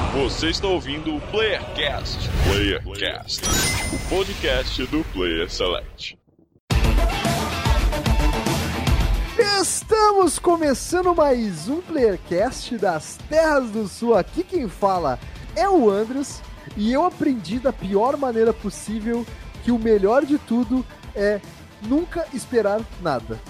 Você está ouvindo o PlayerCast. PlayerCast, o podcast do Player Select. Estamos começando mais um PlayerCast das Terras do Sul. Aqui quem fala é o Andros e eu aprendi da pior maneira possível que o melhor de tudo é nunca esperar nada.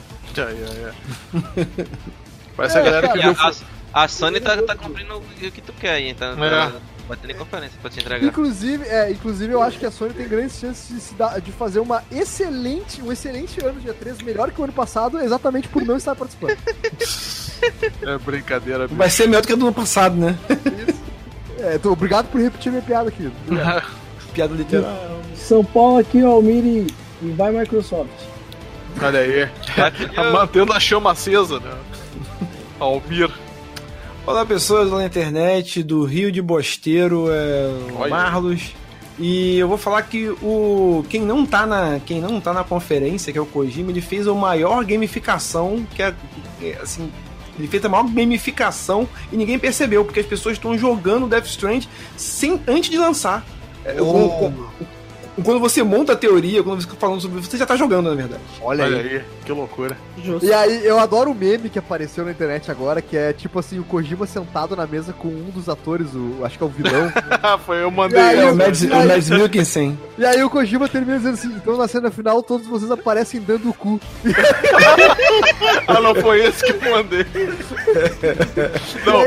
Parece a galera que viu... A Sony tá cumprindo o que tu quer aí, tá batendo em conferência pra te entregar. Inclusive eu acho que a Sony tem grandes chances de fazer um excelente ano de E3, melhor que o ano passado, exatamente por não estar participando. É brincadeira. Bicho. Vai ser melhor do que a do ano passado, né? Isso. Obrigado por repetir minha piada, querido. Piada literal. São Paulo aqui, Almir e vai Microsoft. Olha aí. Mantendo a chama acesa, né? Almir. Olá, pessoas lá na internet, do Rio de Bosteiro, Marlos. E eu vou falar que quem não tá na conferência, que é o Kojima, ele fez a maior gamificação, assim, ele fez a maior gamificação e ninguém percebeu, porque as pessoas estão jogando Death Stranding antes de lançar. Quando você monta a teoria, quando você fica falando sobre isso, você já tá jogando, na verdade. Olha aí, que loucura. Justo. E aí, eu adoro o meme que apareceu na internet agora, que é tipo assim, o Kojima sentado na mesa com um dos atores, acho que é o vilão. Foi, eu mandei. O Mads Mikkelsen. E aí o Kojima termina dizendo assim, então na cena final todos vocês aparecem dando o cu. Não foi esse que eu mandei. Não.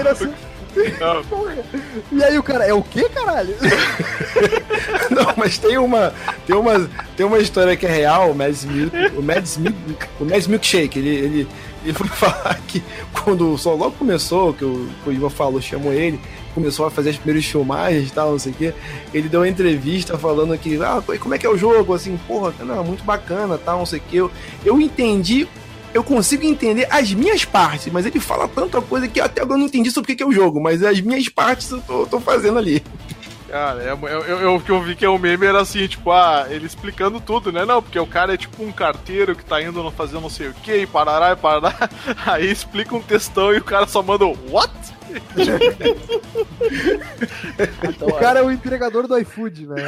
E aí o cara, é o que, caralho? Não, mas tem uma história que é real, o Mads Milkshake, ele foi falar que quando só logo começou, que o Kojima chamou ele, começou a fazer as primeiras filmagens e tal, não sei o que, ele deu uma entrevista falando que, como é que é o jogo, assim, porra, não, muito bacana, tal, não sei o que, eu entendi. Eu consigo entender as minhas partes, mas ele fala tanta coisa que até agora eu não entendi sobre o que é o jogo, mas as minhas partes eu tô fazendo ali. Cara, eu vi que o meme era assim, tipo, ele explicando tudo, né? Não, porque o cara é tipo um carteiro que tá indo fazer não sei o que, e parará, aí explica um textão e o cara só manda what? O cara é o entregador do iFood, né?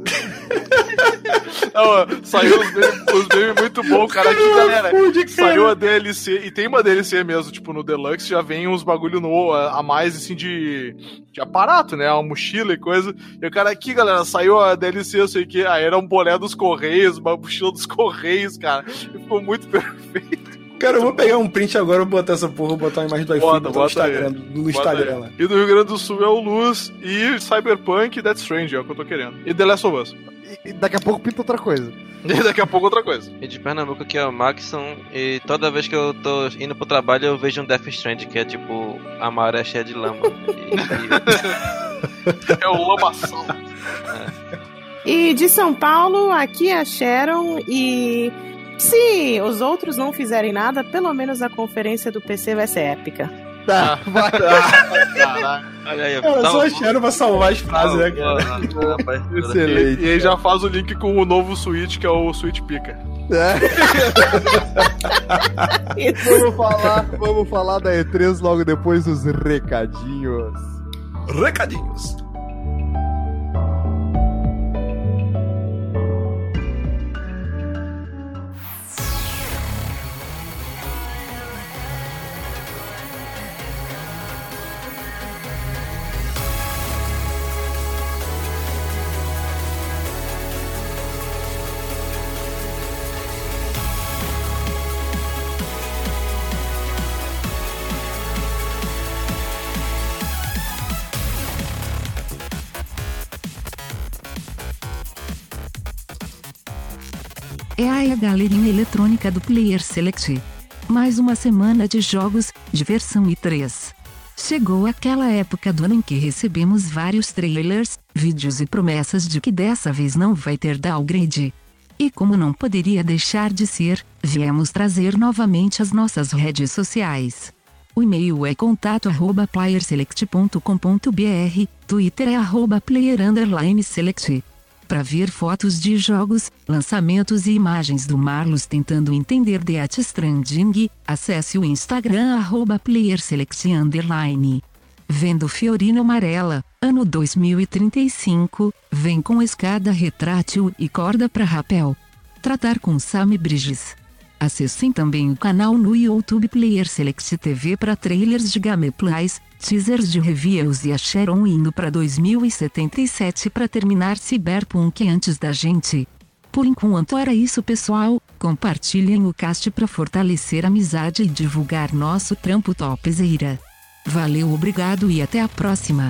Saiu os memes muito bons, cara. Aqui, galera, saiu a DLC, e tem uma DLC mesmo, tipo, no Deluxe já vem uns bagulho novo, a mais, assim, de aparato, né? Uma mochila e coisa. E o cara aqui, galera, saiu a DLC, eu sei o que, era um boné dos Correios, uma mochila dos Correios, cara. E ficou muito perfeito. Cara, eu vou pegar um print agora, vou botar essa porra, vou botar uma imagem do iPhone no Instagram lá. E do Rio Grande do Sul é o Luz e Cyberpunk e Death Stranding, é o que eu tô querendo. E The Last of Us. E daqui a pouco pinta outra coisa. E daqui a pouco outra coisa. E de Pernambuco aqui é o Maxon, e toda vez que eu tô indo pro trabalho eu vejo um Death Stranding, que é tipo, a maré cheia de lama. É o lamação. E de São Paulo, aqui é a Sharon, e se os outros não fizerem nada, pelo menos a conferência do PC vai ser épica. Tá, vai. Olha aí, cara, só a Sharon vai salvar as frases, né, cara? Excelente. E aí já faz o link com o novo Switch, que é o Switch Pica. Vamos falar da E3 logo depois dos recadinhos. É aí a galerinha eletrônica do Player Select. Mais uma semana de jogos, diversão e 3. Chegou aquela época do ano em que recebemos vários trailers, vídeos e promessas de que dessa vez não vai ter downgrade. E como não poderia deixar de ser, viemos trazer novamente as nossas redes sociais. O e-mail é contato@playerselect.com.br, Twitter é @player_select. Para ver fotos de jogos, lançamentos e imagens do Marlos tentando entender Death Stranding, acesse o Instagram @playerselect_. Vendo Fiorino Amarela, Ano 2035, vem com escada retrátil e corda para rapel. Tratar com Sammy Bridges. Acessem também o canal no YouTube Player Select TV para trailers de gameplays, teasers de reviews e a Sharon indo para 2077 para terminar Cyberpunk antes da gente. Por enquanto era isso, pessoal. Compartilhem o cast para fortalecer a amizade e divulgar nosso trampo topzera. Valeu, obrigado e até a próxima.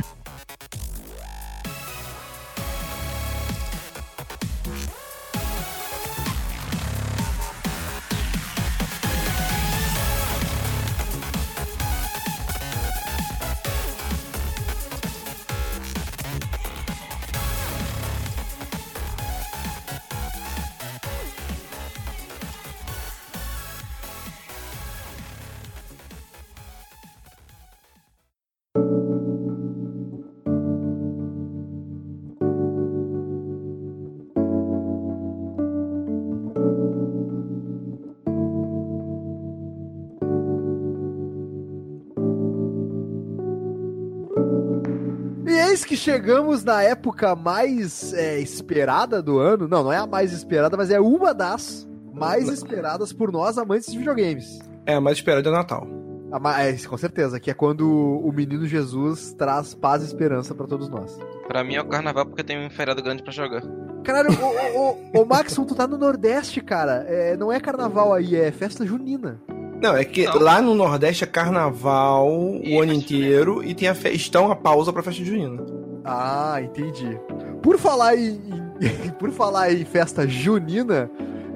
Eis que chegamos na época mais esperada do ano. Não é a mais esperada, mas é uma das mais esperadas por nós amantes de videogames. É, a mais esperada é o Natal. Com certeza, que é quando o menino Jesus traz paz e esperança pra todos nós. Pra mim é o carnaval porque tem um feriado grande pra jogar. Caralho, ô Maxon, tu tá no Nordeste, cara. Não é carnaval aí, é festa junina. Não, é que lá no Nordeste é carnaval o ano inteiro e tem a pausa pra festa junina. Ah, entendi. Por falar em festa junina,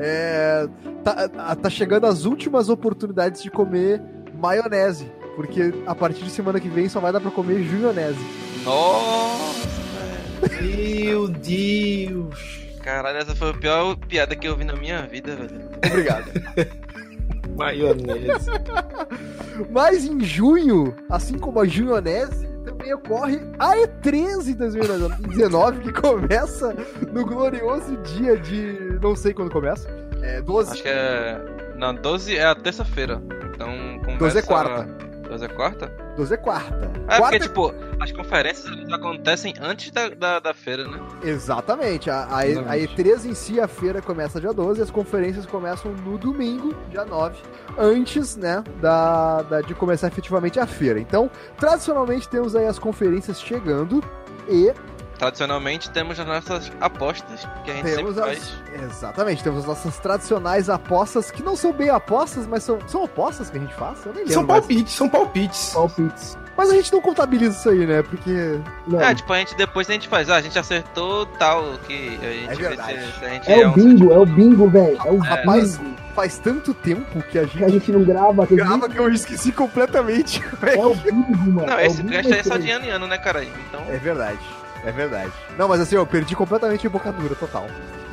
tá chegando as últimas oportunidades de comer maionese, porque a partir de semana que vem só vai dar pra comer junionese. Nossa, meu Deus. Caralho, essa foi a pior piada que eu vi na minha vida, velho. Obrigado. Maionese. Mas em junho, assim como a junionese, também ocorre a E3 em 2019, que começa no glorioso dia de... não sei quando começa. 12. Acho que não, 12 é a terça-feira. Então começa... 12 é quarta. 12 é quarta? 12 é quarta. Porque, tipo, as conferências acontecem antes da feira, né? Exatamente. A E3 em si, a feira começa dia 12 e as conferências começam no domingo, dia 9, antes, né, de começar efetivamente a feira. Então, tradicionalmente, temos aí as conferências chegando e... Tradicionalmente, temos as nossas apostas, que a gente sempre faz. Exatamente, temos as nossas tradicionais apostas, que não são bem apostas, mas são apostas que a gente faz? Eu nem lembro. São palpites. Mas a gente não contabiliza isso aí, né? Porque... Não. Tipo, depois a gente faz. A gente acertou tal, que a gente... É verdade. Se a gente é o bingo, velho. Rapaz, faz tanto tempo que a gente não grava. Que eu esqueci completamente. É o bingo, mano. Não, esse cast é só de ano em ano, né, cara? Então... É verdade. Não, mas assim, eu perdi completamente a embocadura total.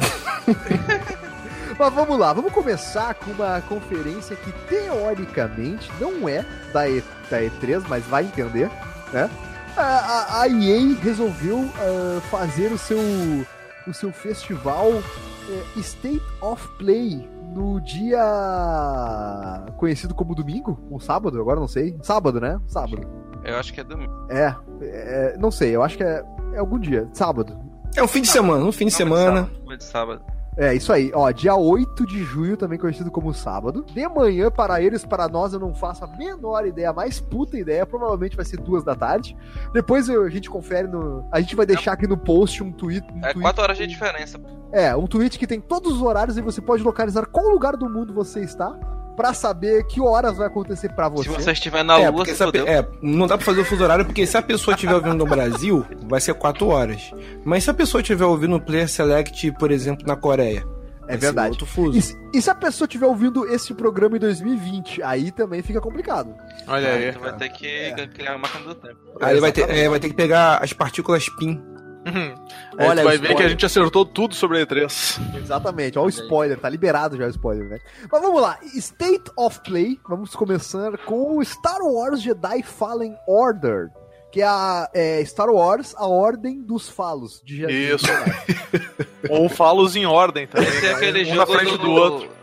Mas vamos lá, vamos começar com uma conferência que teoricamente não é da E3, mas vai entender, né? A EA resolveu fazer o seu festival State of Play no dia conhecido como domingo? Ou sábado? Agora não sei. Sábado, né? Sábado. Eu acho que é domingo. Não sei, eu acho que é algum dia. Sábado. É um fim de semana, Foi de sábado. É, isso aí. Ó, dia 8 de junho, também conhecido como sábado. De manhã, para eles, para nós, eu não faço a menor ideia, a mais puta ideia. Provavelmente vai ser 2 da tarde. Depois a gente confere no... A gente vai deixar aqui no post um tweet. 4 horas de diferença. Um tweet que tem todos os horários e você pode localizar qual lugar do mundo você está pra saber que horas vai acontecer pra você. Se você estiver na Lua, você fodeu. Não dá pra fazer o fuso horário, porque se a pessoa estiver ouvindo no Brasil, vai ser 4 horas. Mas se a pessoa estiver ouvindo no Player Select, por exemplo, na Coreia, é verdade. Outro fuso. E se a pessoa estiver ouvindo esse programa em 2020, aí também fica complicado. Olha aí. Tu vai ter que criar uma máquina do tempo. Aí vai ter que pegar as partículas PIN. Olha, tu vai ver que a gente acertou tudo sobre a E3. Exatamente, olha o spoiler, tá liberado já o spoiler, né? Mas vamos lá, State of Play, vamos começar com Star Wars Jedi Fallen Order, que é Star Wars, a Ordem dos Falos de Jedi. Isso. Ou Falos em ordem também. Esse é aquele um jogo na frente do outro.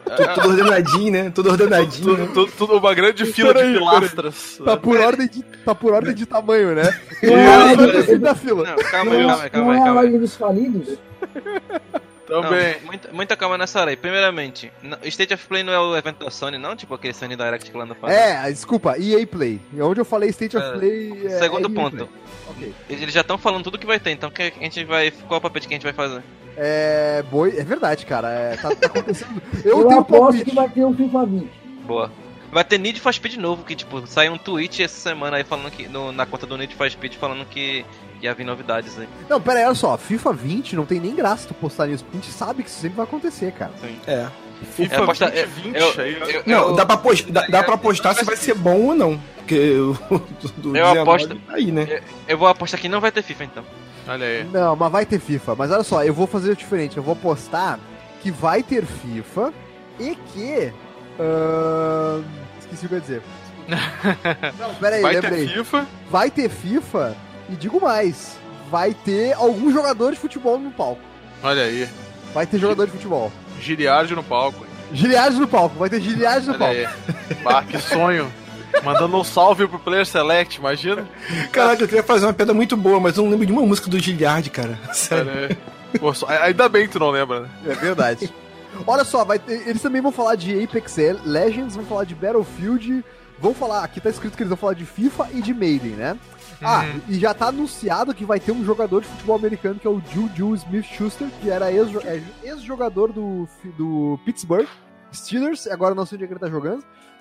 Tudo ordenadinho, né? Tudo ordenadinho. Tudo uma grande fila de pilastras. Tá por ordem de tamanho, né? Da fila. Não, calma aí. Não é a live dos falidos? Também. Muita calma nessa hora aí. Primeiramente, State of Play não é o evento da Sony, não? Tipo aquele Sony Direct que lá não faz. Desculpa, EA Play. Onde eu falei State of Play. Segundo ponto. Play. Okay. Eles já estão falando tudo que vai ter, então qual o papete que a gente vai fazer? É verdade, cara. Tá acontecendo. Eu tenho aposto palpite. que vai ter um FIFA 20. Boa. Vai ter Need for Speed novo, que tipo, saiu um tweet essa semana aí falando que. Na conta do Need for Speed falando que ia vir novidades aí. Não, pera aí, olha só, FIFA 20 não tem nem graça tu postar nisso, porque a gente sabe que isso sempre vai acontecer, cara. Sim. FIFA aposto- 2020 Não, dá pra postar se vai ser bom ou não. Porque do Eu aposto. tá aí, né? Eu vou apostar que não vai ter FIFA então. Olha aí. Não, mas vai ter FIFA. Mas olha só, eu vou fazer diferente. Eu vou postar que vai ter FIFA e que... Esqueci o que eu ia dizer. Não, pera aí, Vai lembrei. ter FIFA. Vai ter FIFA e digo mais. Vai ter algum jogador de futebol no palco. Olha aí. Vai ter jogador de futebol. Giliard no palco. Giliardi no palco. Vai ter Giliardi no Olha palco. aí. Bah, que sonho. Mandando um salve pro Player Select, imagina. Caraca, eu queria fazer uma piada muito boa, mas eu não lembro de uma música do Giliard, cara. Sério. Olha aí. Pô, ainda bem que tu não lembra, né? É verdade. Olha só, eles também vão falar de Apex Legends, vão falar de Battlefield, vão falar, aqui tá escrito que eles vão falar de FIFA e de Maiden, né? E já tá anunciado que vai ter um jogador de futebol americano que é o Juju Smith-Schuster, que era ex-jogador do Pittsburgh Steelers, agora não sei onde é que ele tá jogando.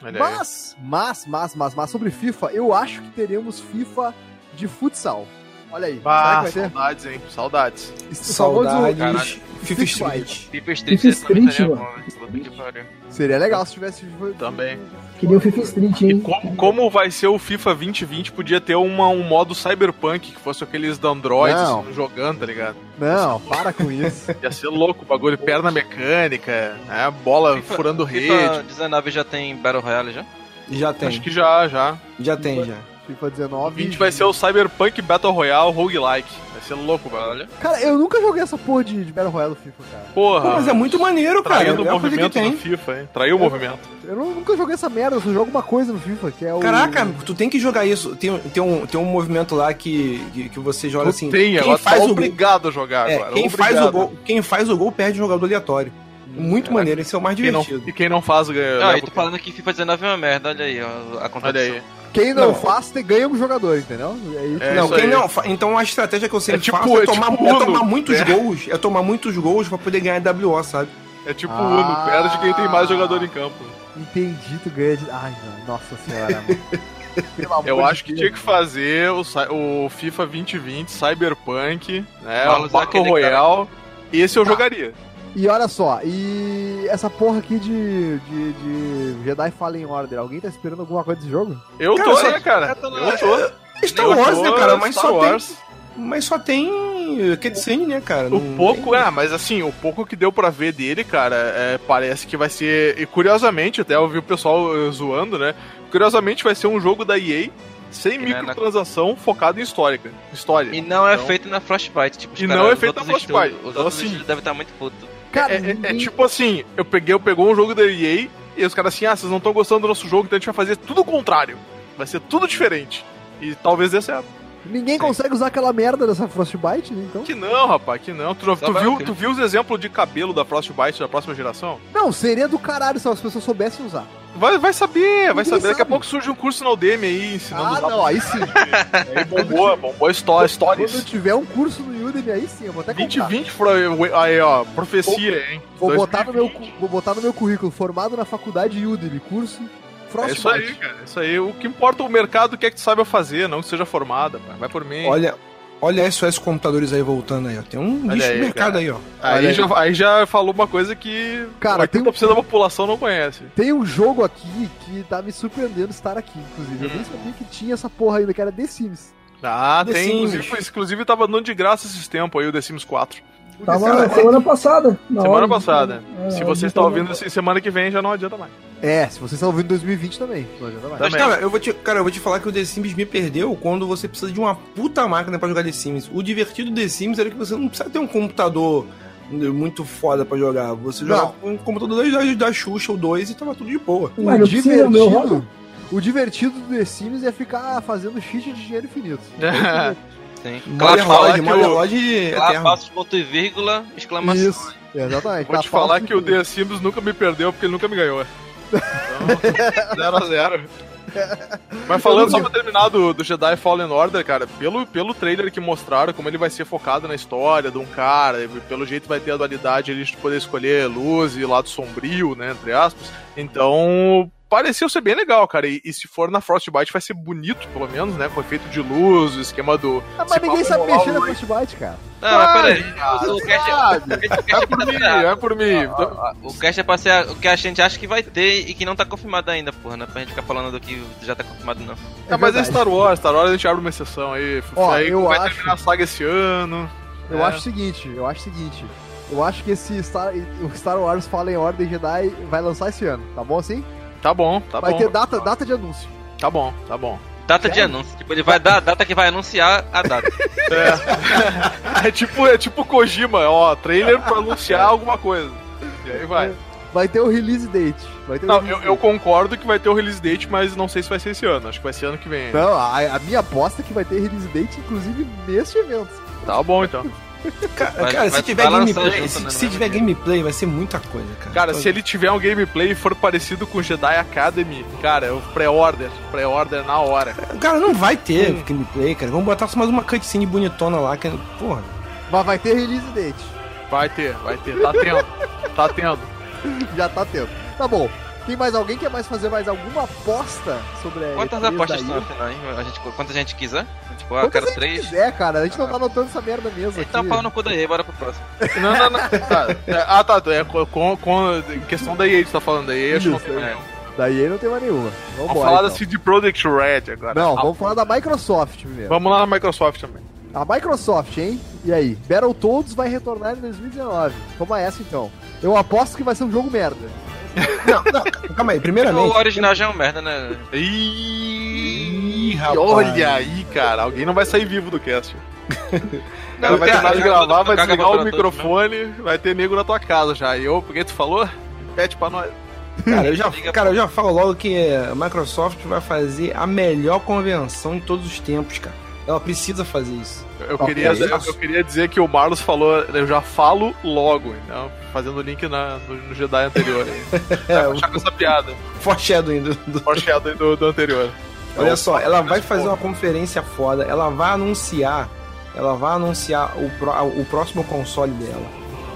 Mas sobre FIFA, eu acho que teremos FIFA de futsal. Olha aí. Bah, será que vai ter? saudades, hein? Saudades. Saudades. FIFA Street. FIFA Street, FIFA Street, também mano. estaria bom, né? Seria legal se tivesse FIFA. Também. Queria o FIFA Street, E hein? como vai ser o FIFA 2020, podia ter um modo Cyberpunk, que fosse aqueles da Android Não. jogando, tá ligado? Não, para com isso. Ia ser louco o bagulho, perna mecânica, né? Bola furando FIFA rede. 19 já tem Battle Royale já? Já tem. Acho que já. Já tem, já. FIFA 19. 20 vai ser o Cyberpunk Battle Royale Roguelike. Vai ser louco, velho. Cara, eu nunca joguei essa porra de Battle Royale do FIFA, cara. Porra. Pô, mas é muito maneiro, cara. Traindo É o a coisa que movimento tem. do FIFA, hein? Traiu o movimento. Eu nunca joguei essa merda, eu só jogo uma coisa no FIFA, que é o... Caraca, tu tem que jogar isso. Tem um movimento lá que você joga assim. Tem, agora tá obrigado a jogar agora. Quem faz o gol perde o jogador aleatório. Muito maneiro, esse é o mais divertido. E quem não faz ganha. E tô falando que FIFA 19 é uma merda, olha aí, ó, a contradição. Olha aí. Quem não faz, ganha um jogador, entendeu? Então a estratégia que eu sempre tipo- faço é tipo tomar Uno, muitos né? gols. É tomar muitos gols pra poder ganhar WO, sabe? É tipo Uno, perde quem tem mais jogador em campo. Entendi, tu ganha de... Ai, não, nossa senhora, mano. Pelo amor Eu de acho que Deus. tinha que fazer o FIFA 2020, Cyberpunk, né? Fala O usar Battle aquele Royale. Esse eu jogaria. E olha só, e essa porra aqui de Jedi Fallen Order, alguém tá esperando alguma coisa desse jogo? Eu Cara, tô, só- né, cara? Eu tô. Star Wars, né, cara? Mas Só tem cutscene, né, cara? O pouco, mas assim, o pouco que deu pra ver dele, cara, parece que vai ser. E curiosamente, até eu vi o pessoal zoando, né? Curiosamente vai ser um jogo da EA sem Que não é microtransação focado em história. E não é Então- feito na Frostbite, tipo, os E caras- não é os feito na outros Frostbite. estúdios- Os Então, outros assim- estúdios devem estar muito putos. Cara, É tipo assim, pegou um jogo da EA e os caras assim, vocês não estão gostando do nosso jogo, então a gente vai fazer tudo o contrário. Vai ser tudo diferente. E talvez dê certo. ninguém consegue usar aquela merda dessa Frostbite, né, então? Que não, rapaz, que não. Só vai o quê? Tu viu os exemplos de cabelo da Frostbite da próxima geração? Não, seria do caralho se as pessoas soubessem usar. Vai saber. Ninguém Daqui a sabe. pouco surge um curso na Udemy aí, ensinando a usar. Não, aí sim. Aí bombou stories. Quando tiver um curso no Udemy, aí sim, eu vou até comprar. 2020, aí ó, profecia, hein? Vou botar, 2020. vou botar no meu currículo, formado na faculdade Udemy, curso É Frostbite. isso aí, cara. É isso aí. O que importa o mercado que é que tu saiba fazer, não que seja formada, pá. Vai por mim. Olha SOS Computadores aí voltando aí, ó. Tem um Olha bicho aí, de mercado cara. aí, ó. Aí já falou uma coisa que Cara, tem 80% da população não conhece. Tem um jogo aqui que tá me surpreendendo estar aqui, inclusive. Eu nem sabia que tinha essa porra ainda, que era The Sims. Ah, The tem. Sims. Inclusive tava dando de graça esses tempos aí o The Sims 4. Tava semana passada. Semana passada. Se É, você está ouvindo assim, semana que vem já não adianta mais. Se vocês estão ouvindo em 2020 também. Não adianta mais. Mas, Também. cara, eu vou te falar que o The Sims me perdeu quando você precisa de uma puta máquina pra jogar The Sims. O divertido do The Sims era que você não precisa ter um computador muito foda pra jogar. Você jogava com o computador da Xuxa, o 2, e tava tudo de boa. Mas não precisa, meu roda. O divertido do The Sims é ficar fazendo cheat de dinheiro infinito. Sim. Motherlode Passos, ponto e vírgula, exclamação. Isso, exatamente. Vou te falar que o The Sims nunca me perdeu porque ele nunca me ganhou. Então, 0-0. Mas falando só pra terminar do Jedi Fallen Order, cara, pelo trailer que mostraram, como ele vai ser focado na história de um cara, pelo jeito vai ter a dualidade ali de poder escolher luz e lado sombrio, né, entre aspas. Então, pareceu ser bem legal, cara. E se for na Frostbite vai ser bonito, pelo menos, né, com efeito de luz, o esquema do... mas ninguém sabe mexer na Frostbite, cara. Não, peraí. É por mim. O cast é pra ser o que a gente acha que vai ter e que não tá confirmado ainda, porra. Não é pra gente ficar falando do que já tá confirmado, não. Mas é Star Wars a gente abre uma exceção aí. Aí vai terminar a saga esse ano. Eu acho o seguinte. Eu acho que esse Star Wars Fallen Order Jedi vai lançar esse ano. Tá bom assim? Tá bom. Vai ter data de anúncio. Tá bom. Data de anúncio. Tipo, ele vai dar a data que vai anunciar a data. É tipo Kojima, ó, trailer pra anunciar alguma coisa. E aí vai. Vai ter o release date. Eu concordo que vai ter o release date, mas não sei se vai ser esse ano. Acho que vai ser ano que vem. Não, a minha aposta é que vai ter release date, inclusive, neste evento. Tá bom, então. Cara, se tiver gameplay, se tiver gameplay, vai ser muita coisa, cara. Cara, se ele tiver um gameplay e for parecido com o Jedi Academy, cara, eu pré-order na hora. Cara, não vai ter gameplay, cara. Vamos botar só mais uma cutscene bonitona lá, que porra. Mas vai ter release date. Vai ter. Tá tendo. Já tá tendo. Tá bom. Tem mais alguém que quer fazer mais alguma aposta sobre a Quantas apostas estão no final, hein? Quanta gente quiser? Tipo, eu quero 3. quiser, cara. A gente não tá anotando essa merda mesmo. Então pau no cu da EA, bora pro próximo. Não. Tá. Com questão da EA, tu tá falando da EA, acho que não tem nenhuma. Da EA não tem mais nenhuma. Vamos falar da CD Projekt Red agora. Não, vamos falar da Microsoft primeiro. Vamos lá na Microsoft também. A Microsoft, hein? E aí? Battletoads vai retornar em 2019. Toma essa, então. Eu aposto que vai ser um jogo merda. Não, calma aí, primeiramente... O original já é um merda, né? Ih, rapaz. Olha aí, cara, alguém não vai sair vivo do cast. Não, vai terminar de gravar, vai desligar o microfone, vai ter nego na tua casa já. E porque tu falou? Pede pra nós. Cara, eu já falo logo que a Microsoft vai fazer a melhor convenção de todos os tempos, cara. Ela precisa fazer isso. Eu queria dizer que o Marlos falou, eu já falo logo, então, fazendo o link no Jedi anterior aí. Puxar com essa piada. Foreshadowing do anterior. Olha só, ela vai fazer uma conferência foda, ela vai anunciar o próximo console dela.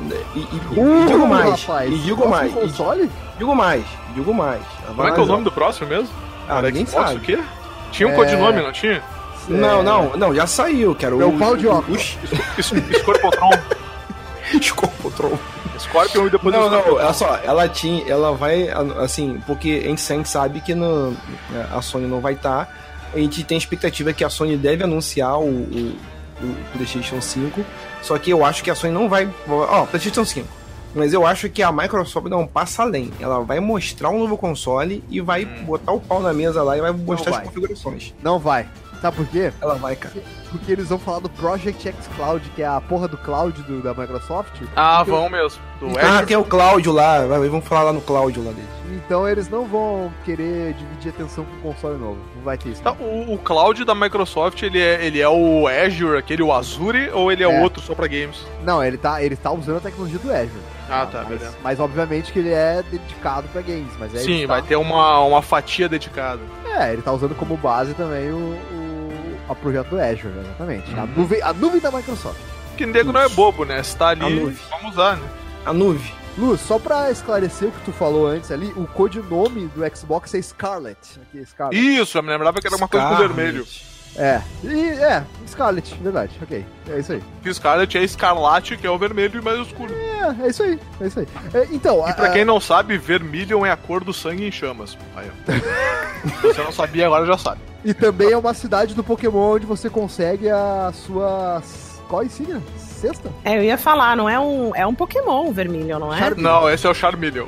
Digo mais. Como é que é o nome do próximo mesmo? Ninguém sabe. O quê? Tinha um codinome, não tinha? Não, já saiu, cara. É o pau de óculos. Scorpotron. Scorpion e depois não, olha só, ela vai, assim, porque a gente sabe que a Sony não vai estar, a gente tem expectativa que a Sony deve anunciar o PlayStation 5, só que eu acho que a Sony não vai, PlayStation 5, mas eu acho que a Microsoft dá um passo além, ela vai mostrar um novo console e vai botar o pau na mesa lá e vai mostrar as configurações. Não vai. Sabe por quê? Ela vai, cara. Porque eles vão falar do Project X Cloud, que é a porra do cloud da Microsoft. Vão mesmo. Tem o Cláudio lá, vamos falar lá no Cláudio lá dele. Então eles não vão querer dividir atenção com o console novo. Não vai ter isso. Tá, o Cloud da Microsoft, ele é o Azure, o Azure, ou ele é outro só pra games? Não, ele tá usando a tecnologia do Azure. Beleza. Mas obviamente que ele é dedicado pra games. Mas sim, vai ter uma fatia dedicada. Ele tá usando como base também o projeto do Azure, exatamente. A nuvem da Microsoft. Que nego não é bobo, né? Se tá ali, vamos usar, né? A nuvem. Luz, só pra esclarecer o que tu falou antes ali, o codinome do Xbox é Scarlet. Isso, eu me lembrava que era uma coisa com vermelho. Scarlet, verdade, ok. É isso aí. Que Scarlet é escarlate, que é o vermelho mais escuro. É isso aí. Então, e pra quem não sabe, vermilion é a cor do sangue em chamas. Aí, se você não sabia, agora já sabe. E também é uma cidade do Pokémon onde você consegue a sua... Qual insígnia? Sexta? Eu ia falar, não é um Pokémon vermelho, não é? Não, esse é o Charmeleon.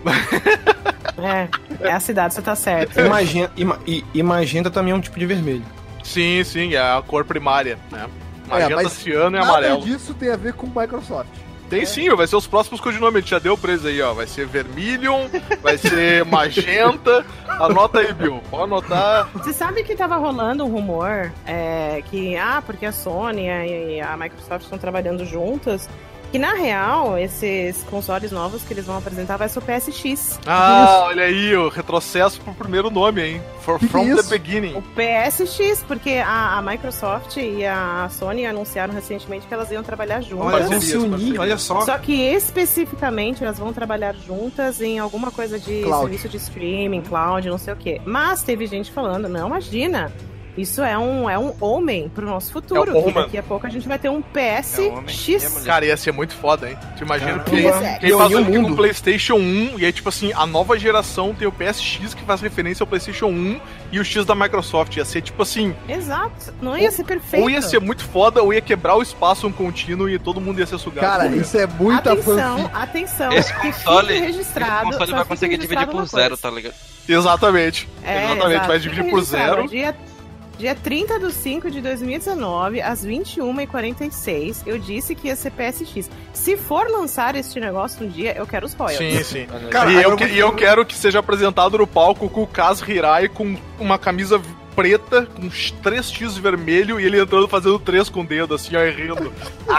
É a cidade, você tá certo. E magenta também é um tipo de vermelho. Sim, é a cor primária, né? Magenta, ciano e amarelo. Nada disso tem a ver com Microsoft. Tem sim, vai ser os próximos codinomes, a gente já deu pra eles aí, ó. Vai ser Vermilion, vai ser Magenta. Anota aí, Bill. Pode anotar. Você sabe que tava rolando um rumor que, porque a Sony e a Microsoft estão trabalhando juntas. Que na real, esses consoles novos que eles vão apresentar vai ser o PSX. Olha aí, o retrocesso pro primeiro nome, hein? From the beginning. O PSX, porque a Microsoft e a Sony anunciaram recentemente que elas iam trabalhar juntas. Elas vão se unir, olha só. Só que especificamente elas vão trabalhar juntas em alguma coisa de serviço de streaming, cloud, não sei o quê. Mas teve gente falando, não, imagina. Isso é um homem pro nosso futuro. Que daqui a pouco a gente vai ter um PSX. Cara, ia ser muito foda, hein? Tu imagina quem faz com o PlayStation 1 e aí, tipo assim, a nova geração tem o PSX que faz referência ao PlayStation 1 e o X da Microsoft. Ia ser tipo assim. Exato. Não ia ser perfeito. Ou ia ser muito foda, ou ia quebrar o espaço contínuo e todo mundo ia ser sugado. Cara, isso é muita fanfic. Atenção. Esse console vai conseguir dividir por zero, tá ligado? Exatamente. Vai dividir por zero. Dia 30/5/2019, às 21h46, eu disse que ia ser PSX. Se for lançar este negócio um dia, eu quero os royalties. Sim. Cara, e eu quero que seja apresentado no palco com o Kaz Hirai com uma camisa preta, com uns 3x vermelho, e ele entrando fazendo 3 com o dedo, assim, ó, e rindo.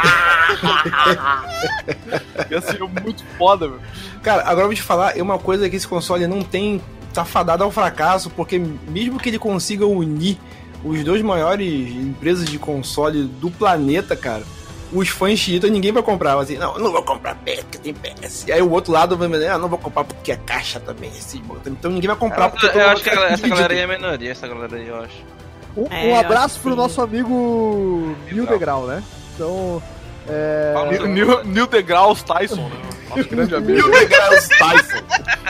Ia ser muito foda, meu. Cara, agora eu vou te falar, é uma coisa que esse console não tem, tá fadado ao fracasso, porque mesmo que ele consiga unir os dois maiores empresas de console do planeta, cara, os fãs chiitas ninguém vai comprar. Assim, não vou comprar PS, porque tem PS. E aí o outro lado vai me dizer, não vou comprar porque a caixa também. Então ninguém vai comprar porque eu acho que essa galera aí é minoria, essa galera aí, eu acho. Um abraço pro nosso amigo Neil deGrasse, né? Então... Neil deGrasse Tyson, né? Nosso grande amigo. Neil deGrasse Tyson.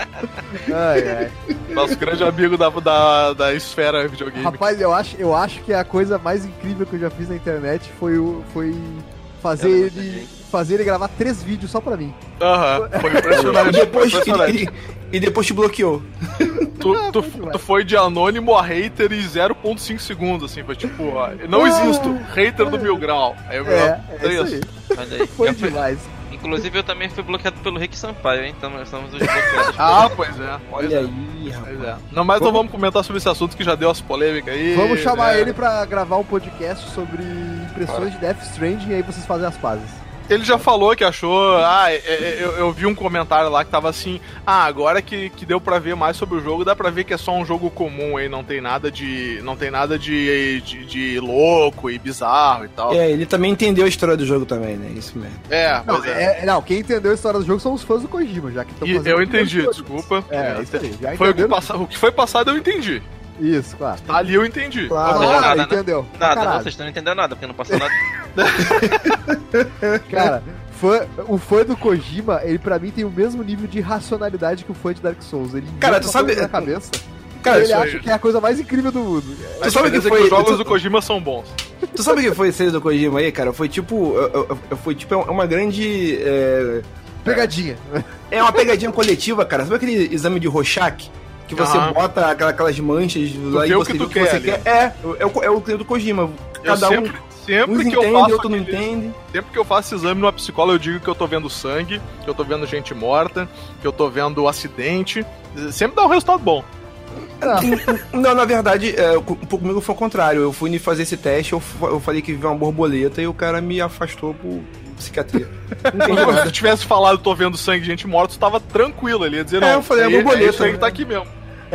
Nosso grande amigo da esfera videogame. Rapaz, eu acho que a coisa mais incrível que eu já fiz na internet foi fazer ele gravar 3 vídeos só pra mim. Foi impressionante. E depois te bloqueou. Tu foi de anônimo a hater em 0.5 segundos, assim, foi tipo, não existo, hater do Mil Grau. Aí eu foi demais. Inclusive eu também fui bloqueado pelo Rick Sampaio, hein? Então nós estamos os bloqueados. Pois é. Olha aí, rapaz. Não, mas não vamos comentar sobre esse assunto que já deu as polêmicas aí. Vamos chamar ele pra gravar um podcast sobre impressões de Death Stranding e aí vocês fazem as pazes. Ele já falou que achou... eu vi um comentário lá que tava assim... agora que deu pra ver mais sobre o jogo, dá pra ver que é só um jogo comum aí, não tem nada de louco e bizarro e tal. Ele também entendeu a história do jogo também, né? Isso mesmo. Não, quem entendeu a história do jogo são os fãs do Kojima, já que estão fazendo... Eu entendi, desculpa. Isso aí. O que foi passado eu entendi. Isso, claro. Tá ali eu entendi. Claro, entendeu. Nada, vocês estão entendendo nada, porque não passou nada. Cara, o fã do Kojima, ele pra mim tem o mesmo nível de racionalidade que o fã de Dark Souls. Ele tu sabe na cabeça. Cara, ele acha que é a coisa mais incrível do mundo. Tu sabe que os jogos do Kojima são bons. Tu sabe o que foi esse do Kojima aí, cara? Foi tipo uma grande... pegadinha. É uma pegadinha coletiva, cara. Sabe aquele exame de Rorschach? Que você bota aquelas manchas lá e você vê o que você quer. É o do Kojima. Cada sempre que entende, eu faço outro não entende. Sempre que eu faço exame numa psicóloga, eu digo que eu tô vendo sangue, que eu tô vendo gente morta, que eu tô vendo acidente. Sempre dá um resultado bom. Não, na verdade, comigo foi o contrário. Eu fui fazer esse teste, eu falei que vi uma borboleta e o cara me afastou por psiquiatria. Se eu tivesse falado tô vendo sangue de gente morta, tu tava tranquilo, ele ia dizer, não, eu falei, borboleta. Isso aí que tá aqui mesmo.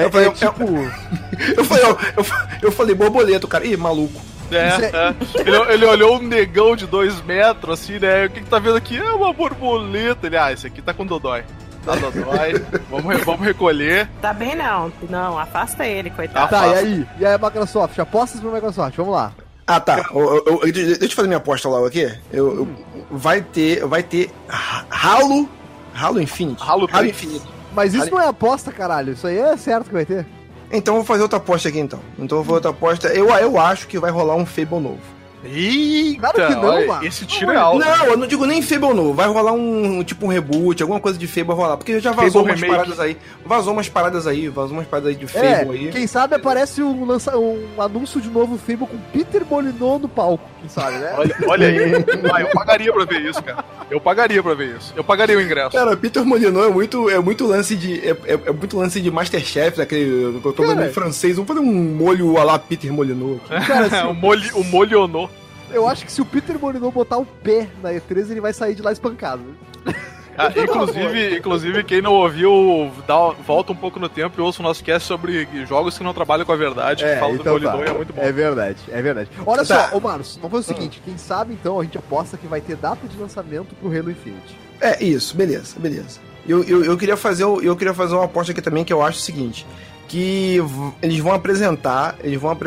Eu falei, borboleta, cara. Ih, maluco. Ele olhou um negão de 2 metros, assim, né? O que tá vendo aqui? É uma borboleta. Ele, esse aqui tá com dodói. Tá dodói. Vamos recolher. Tá bem não, afasta ele, coitado. Tá, e aí, Microsoft? Apostas pro Microsoft, vamos lá. Tá. Deixa eu fazer minha aposta logo aqui. Vai ter Halo Infinite. Halo Infinite. Mas isso não é aposta, caralho. Isso aí é certo que vai ter. Então eu vou fazer outra aposta aqui, então. Eu acho que vai rolar um Fable novo. Eita, claro que não, mano. Esse tiro é alto. Não, eu não digo nem Fable novo. Vai rolar um reboot, alguma coisa de Fable rolar. Porque já vazou umas paradas aí. Vazou umas paradas aí de Fable aí. Quem sabe aparece um anúncio de novo Fable com Peter Molyneux no palco. Quem sabe, né? Olha aí. Eu pagaria pra ver isso, cara. Eu pagaria pra ver isso. Eu pagaria o ingresso. Cara, Peter Molyneux é muito lance de. É muito lance de Masterchef, daquele. Eu tô vendo em francês. Vamos fazer um molho a la Peter Molyneux. Cara, assim, o molhonô. Eu acho que se o Peter Molyneux botar o pé na E3, ele vai sair de lá espancado. Inclusive, quem não ouviu, volta um pouco no tempo e ouça o nosso cast sobre jogos que não trabalham com a verdade, que falam do Molyneux, é muito bom. É verdade. Olha só, ô Marcos, vamos fazer o seguinte, quem sabe então a gente aposta que vai ter data de lançamento pro Halo Infinite. É, isso, beleza. Eu queria fazer uma aposta aqui também, que eu acho o seguinte, que eles vão apresentar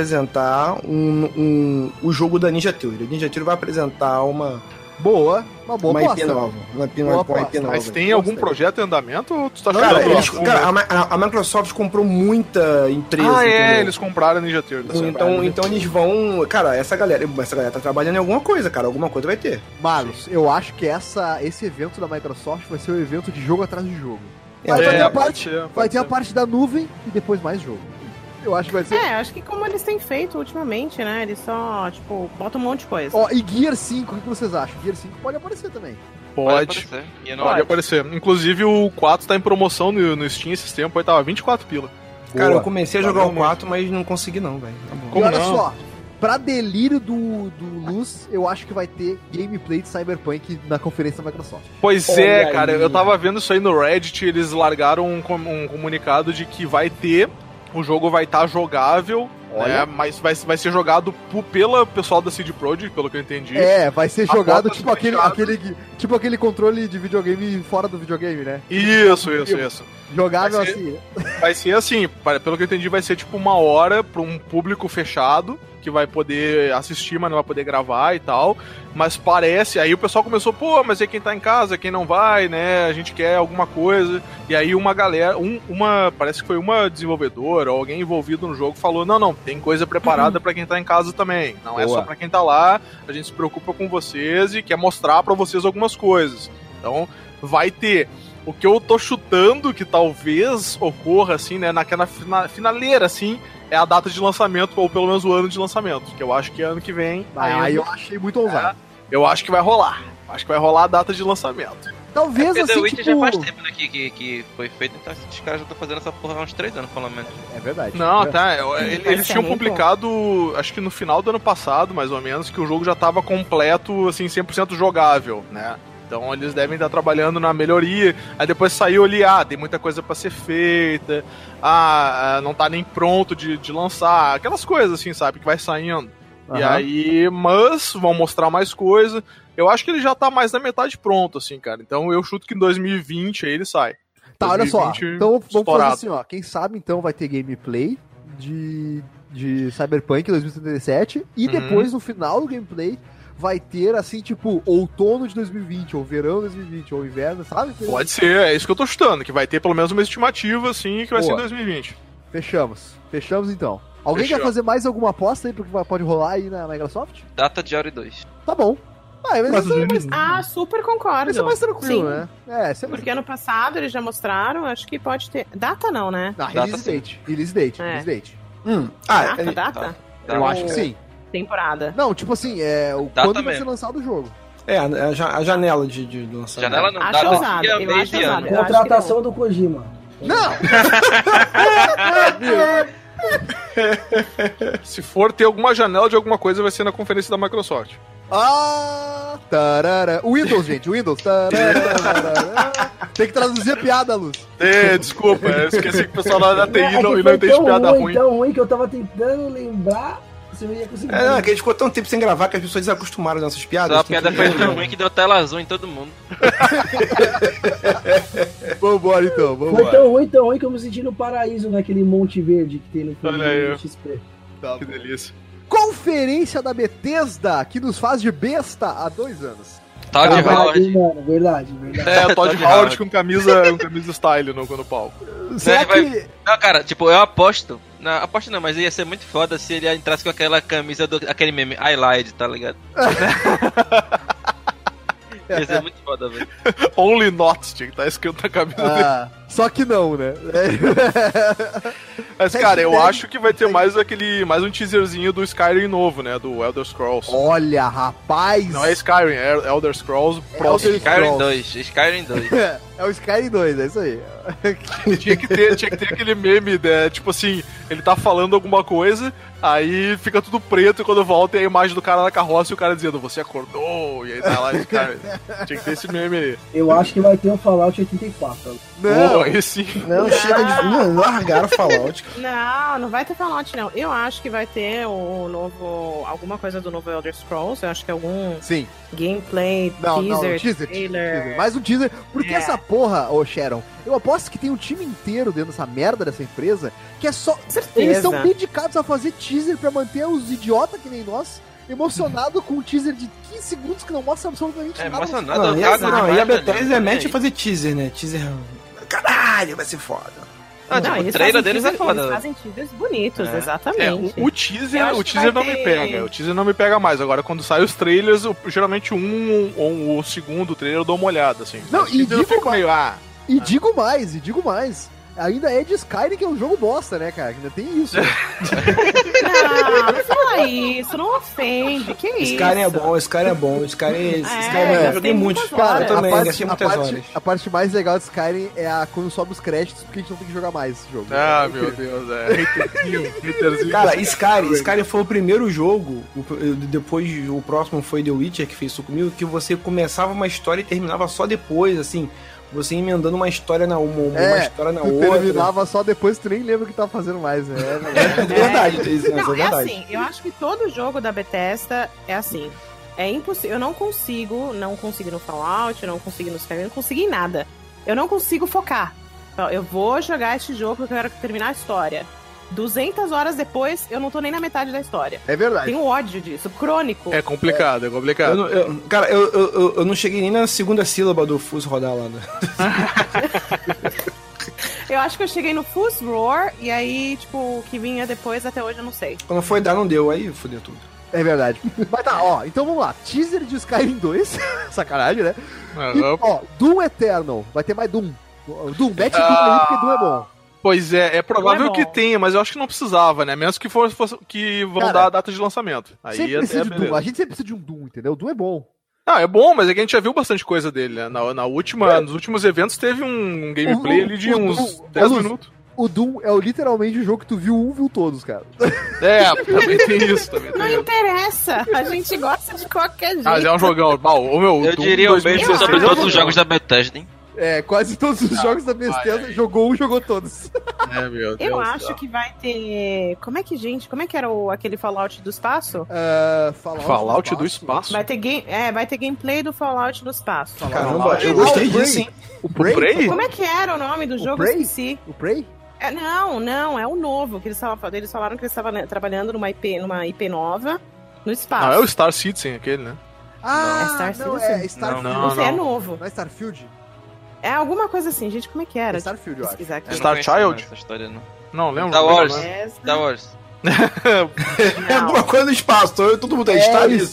o jogo da Ninja Theory. A Ninja Theory vai apresentar uma boa IP nova. Uma IP nova. Mas tem algum projeto em andamento ou tu tá a Microsoft comprou muita empresa. Eles compraram a Ninja Theory. Então eles vão... Cara, essa galera tá trabalhando em alguma coisa, cara. Alguma coisa vai ter. Marlos, eu acho que esse evento da Microsoft vai ser um evento de jogo atrás de jogo. Vai ter a parte da nuvem e depois mais jogo. Eu acho que vai ser... acho que como eles têm feito ultimamente, né? Eles só, botam um monte de coisa. E Gear 5, o que vocês acham? Gear 5 pode aparecer também. Pode aparecer. Inclusive o 4 tá em promoção no Steam esses tempos, aí tava 24 pila. Cara, eu comecei a jogar o 4, mas não consegui não, velho. Tá, e olha só, pra delírio do Luz, eu acho que vai ter gameplay de Cyberpunk na conferência da Microsoft. Pois cara, eu tava vendo isso aí no Reddit, eles largaram um comunicado de que vai ter... O jogo vai estar jogável, né, mas vai ser jogado pelo pessoal da CD Projekt, pelo que eu entendi. Vai ser jogado tipo aquele controle de videogame fora do videogame, né? Isso. Jogável assim. Vai ser assim, pelo que eu entendi, vai ser tipo 1 hora para um público fechado, que vai poder assistir, mas não vai poder gravar e tal. Mas parece, aí o pessoal começou, mas é quem tá em casa, quem não vai, né? A gente quer alguma coisa. E aí uma galera, parece que foi uma desenvolvedora ou alguém envolvido no jogo falou, não, tem coisa preparada pra quem tá em casa também. Não é só pra quem tá lá, a gente se preocupa com vocês e quer mostrar pra vocês algumas coisas. Então, vai ter. O que eu tô chutando que talvez ocorra, assim, né, naquela finaleira, assim, é a data de lançamento, ou pelo menos o ano de lançamento, que eu acho que é ano que vem. Eu achei muito ousado. Eu acho que vai rolar. Acho que vai rolar a data de lançamento. Talvez assim, The Witcher já faz tempo, né, que foi feito, então os caras já estão fazendo essa porra há uns 3 anos, pelo menos. É verdade. Não, eles tinham publicado, acho que no final do ano passado, mais ou menos, que o jogo já tava completo, assim, 100% jogável, né? Então eles devem estar trabalhando na melhoria. Aí depois saiu ali, tem muita coisa pra ser feita, não tá nem pronto de lançar, aquelas coisas assim, sabe, que vai saindo. E aí, mas vão mostrar mais coisa. Eu acho que ele já tá mais da metade pronto, assim, cara. Então eu chuto que em 2020 aí ele sai. Tá, olha só. Então vamos fazer assim, quem sabe então vai ter gameplay de Cyberpunk 2077 e depois no final do gameplay vai ter, assim, tipo, outono de 2020, ou verão de 2020, ou inverno, sabe? Pode ser, é isso que eu tô chutando, que vai ter pelo menos uma estimativa, assim, que vai ser em 2020. Fechamos então. Alguém quer fazer mais alguma aposta aí pro que pode rolar aí na Microsoft? Data de Ori 2. Tá bom. Super concordo. Isso é mais tranquilo, né? Porque ano passado eles já mostraram, acho que pode ter... Data não, né? Release date. Data? Eu acho que sim. Temporada. Não, tipo assim, quando vai ser lançado o jogo. A janela de lançamento. Janela não, acho usado, eu acho usado. Contratação do Kojima. Não! Se for ter alguma janela de alguma coisa, vai ser na conferência da Microsoft. Tarara. Windows, gente, Windows. Tem que traduzir a piada, Luz. Desculpa, eu esqueci que o pessoal lá da TI não entende piada ruim. Tão ruim que eu tava tentando lembrar. Você não ia conseguir. Que a gente ficou tanto tempo sem gravar que as pessoas desacostumaram das nossas piadas. A piada foi tão ruim que deu tela azul em todo mundo. Vambora então, Foi tão ruim que eu me senti no paraíso naquele Monte Verde que tem no filme do XP. Que delícia. Conferência da Bethesda, que nos faz de besta há 2 anos. Todd Howard. Mano, verdade. Todd Howard com camisa style no palco. Será que... Não, cara, tipo, eu aposto. Não, aposto não, mas ia ser muito foda se ele entrasse com aquela camisa aquele meme, I lied, tá ligado? Ia ser muito foda, velho. Only not, tinha que estar escrito na camisa dele. Só que não, né? Mas, cara, eu acho que vai ter mais um teaserzinho do Skyrim novo, né? Do Elder Scrolls. Olha, rapaz! Não é Skyrim, é Elder Scrolls próximo. Skyrim 2. É o Skyrim 2, é isso aí. Tinha que ter aquele meme, né? Tipo assim, ele tá falando alguma coisa, aí fica tudo preto e quando volta é a imagem do cara na carroça e o cara dizendo, você acordou, e aí tá lá, cara. Tinha que ter esse meme aí. Eu acho que vai ter o Fallout 84. Não, aí sim. Não, chega de. Não, largaram o Fallout. Não vai ter Fallout, não. Eu acho que vai ter o novo. Alguma coisa do novo Elder Scrolls. Eu acho que algum sim. Gameplay, teaser. Mais um teaser. Porque essa porra, ô Sharon, eu aposto que tem um time inteiro dentro dessa merda dessa empresa que é só. Certeza. Eles estão dedicados a fazer teaser pra manter os idiotas que nem nós emocionado com um teaser de 15 segundos que não mostra absolutamente nada. Emocionado, e a Bethesda mete a fazer teaser, né? Teaser. Caralho, vai ser foda. O trailer deles é foda. Eles fazem teasers bonitos, exatamente. O teaser não me pega. O teaser não me pega mais. Agora, quando sai os trailers, geralmente ou o segundo trailer eu dou uma olhada, assim. Não, e digo meio, digo mais. Ainda é de Skyrim, que é um jogo bosta, né, cara? Ainda tem isso. Não fala isso, não ofende. Que isso? Skyrim é bom. Skyrim eu joguei muito. Cara, eu também, gastei muitas horas. A parte mais legal de Skyrim é quando sobe os créditos, porque a gente não tem que jogar mais esse jogo. Ah, meu Deus, haterzinho. Cara, Skyrim foi o primeiro jogo, depois o próximo foi The Witcher, que fez isso comigo, que você começava uma história e terminava só depois, assim... Você emendando uma história na uma história na outra. Terminava só depois, tu nem lembra o que tava fazendo mais, né? É verdade, isso não, é verdade. Assim, eu acho que todo jogo da Bethesda é assim. É impossível. Eu não consigo no Fallout, eu não consigo no Skyrim, eu não consigo em nada. Eu não consigo focar. Então, eu vou jogar este jogo porque eu quero terminar a história. 200 horas depois, eu não tô nem na metade da história. É verdade. Tenho ódio disso, crônico. É complicado. Cara, eu não cheguei nem na segunda sílaba do Fuso rodar lá. Né? Eu acho que eu cheguei no Fuzz Roar, e aí, tipo, o que vinha depois, até hoje eu não sei. Quando foi dar, não deu, aí fodeu tudo. É verdade. Mas tá, ó, então vamos lá. Teaser de Skyrim 2. Sacanagem, né? E, ó, Doom Eternal. Vai ter mais Doom. Doom, mete Doom aí, porque Doom é bom. Pois é provável que tenha, mas eu acho que não precisava, né? Menos que fosse que vão dar a data de lançamento. Aí precisa de Doom. A gente sempre precisa de um Doom, entendeu? O Doom é bom. Ah, é bom, mas é que a gente já viu bastante coisa dele, né? Nos últimos eventos teve um gameplay ali de uns 10 minutos. O Doom é literalmente o jogo que tu viu todos, cara. Também tem isso. Não interessa, a gente gosta de qualquer jeito. Ah, é um jogão. Eu diria o mesmo sobre todos os jogos da Bethesda, hein? Quase todos os jogos da Bethesda jogou todos. Meu Deus. Eu acho que vai ter... Como é que era aquele Fallout do espaço? Fallout do espaço? Vai ter gameplay do Fallout do espaço. Caramba, eu gostei disso, hein? O Prey? Como é que era o nome do jogo? Eu esqueci. O Prey? Não, é o novo. Que eles falaram que eles estavam trabalhando numa IP nova no espaço. Não, é o Star Citizen aquele, né? É Starfield. Não, é novo. Não é Starfield? É alguma coisa assim, gente, como é que era? Starfield, eu acho. Star Child? Essa história, não. Não, lembro. Star Wars. É alguma coisa no espaço, todo mundo é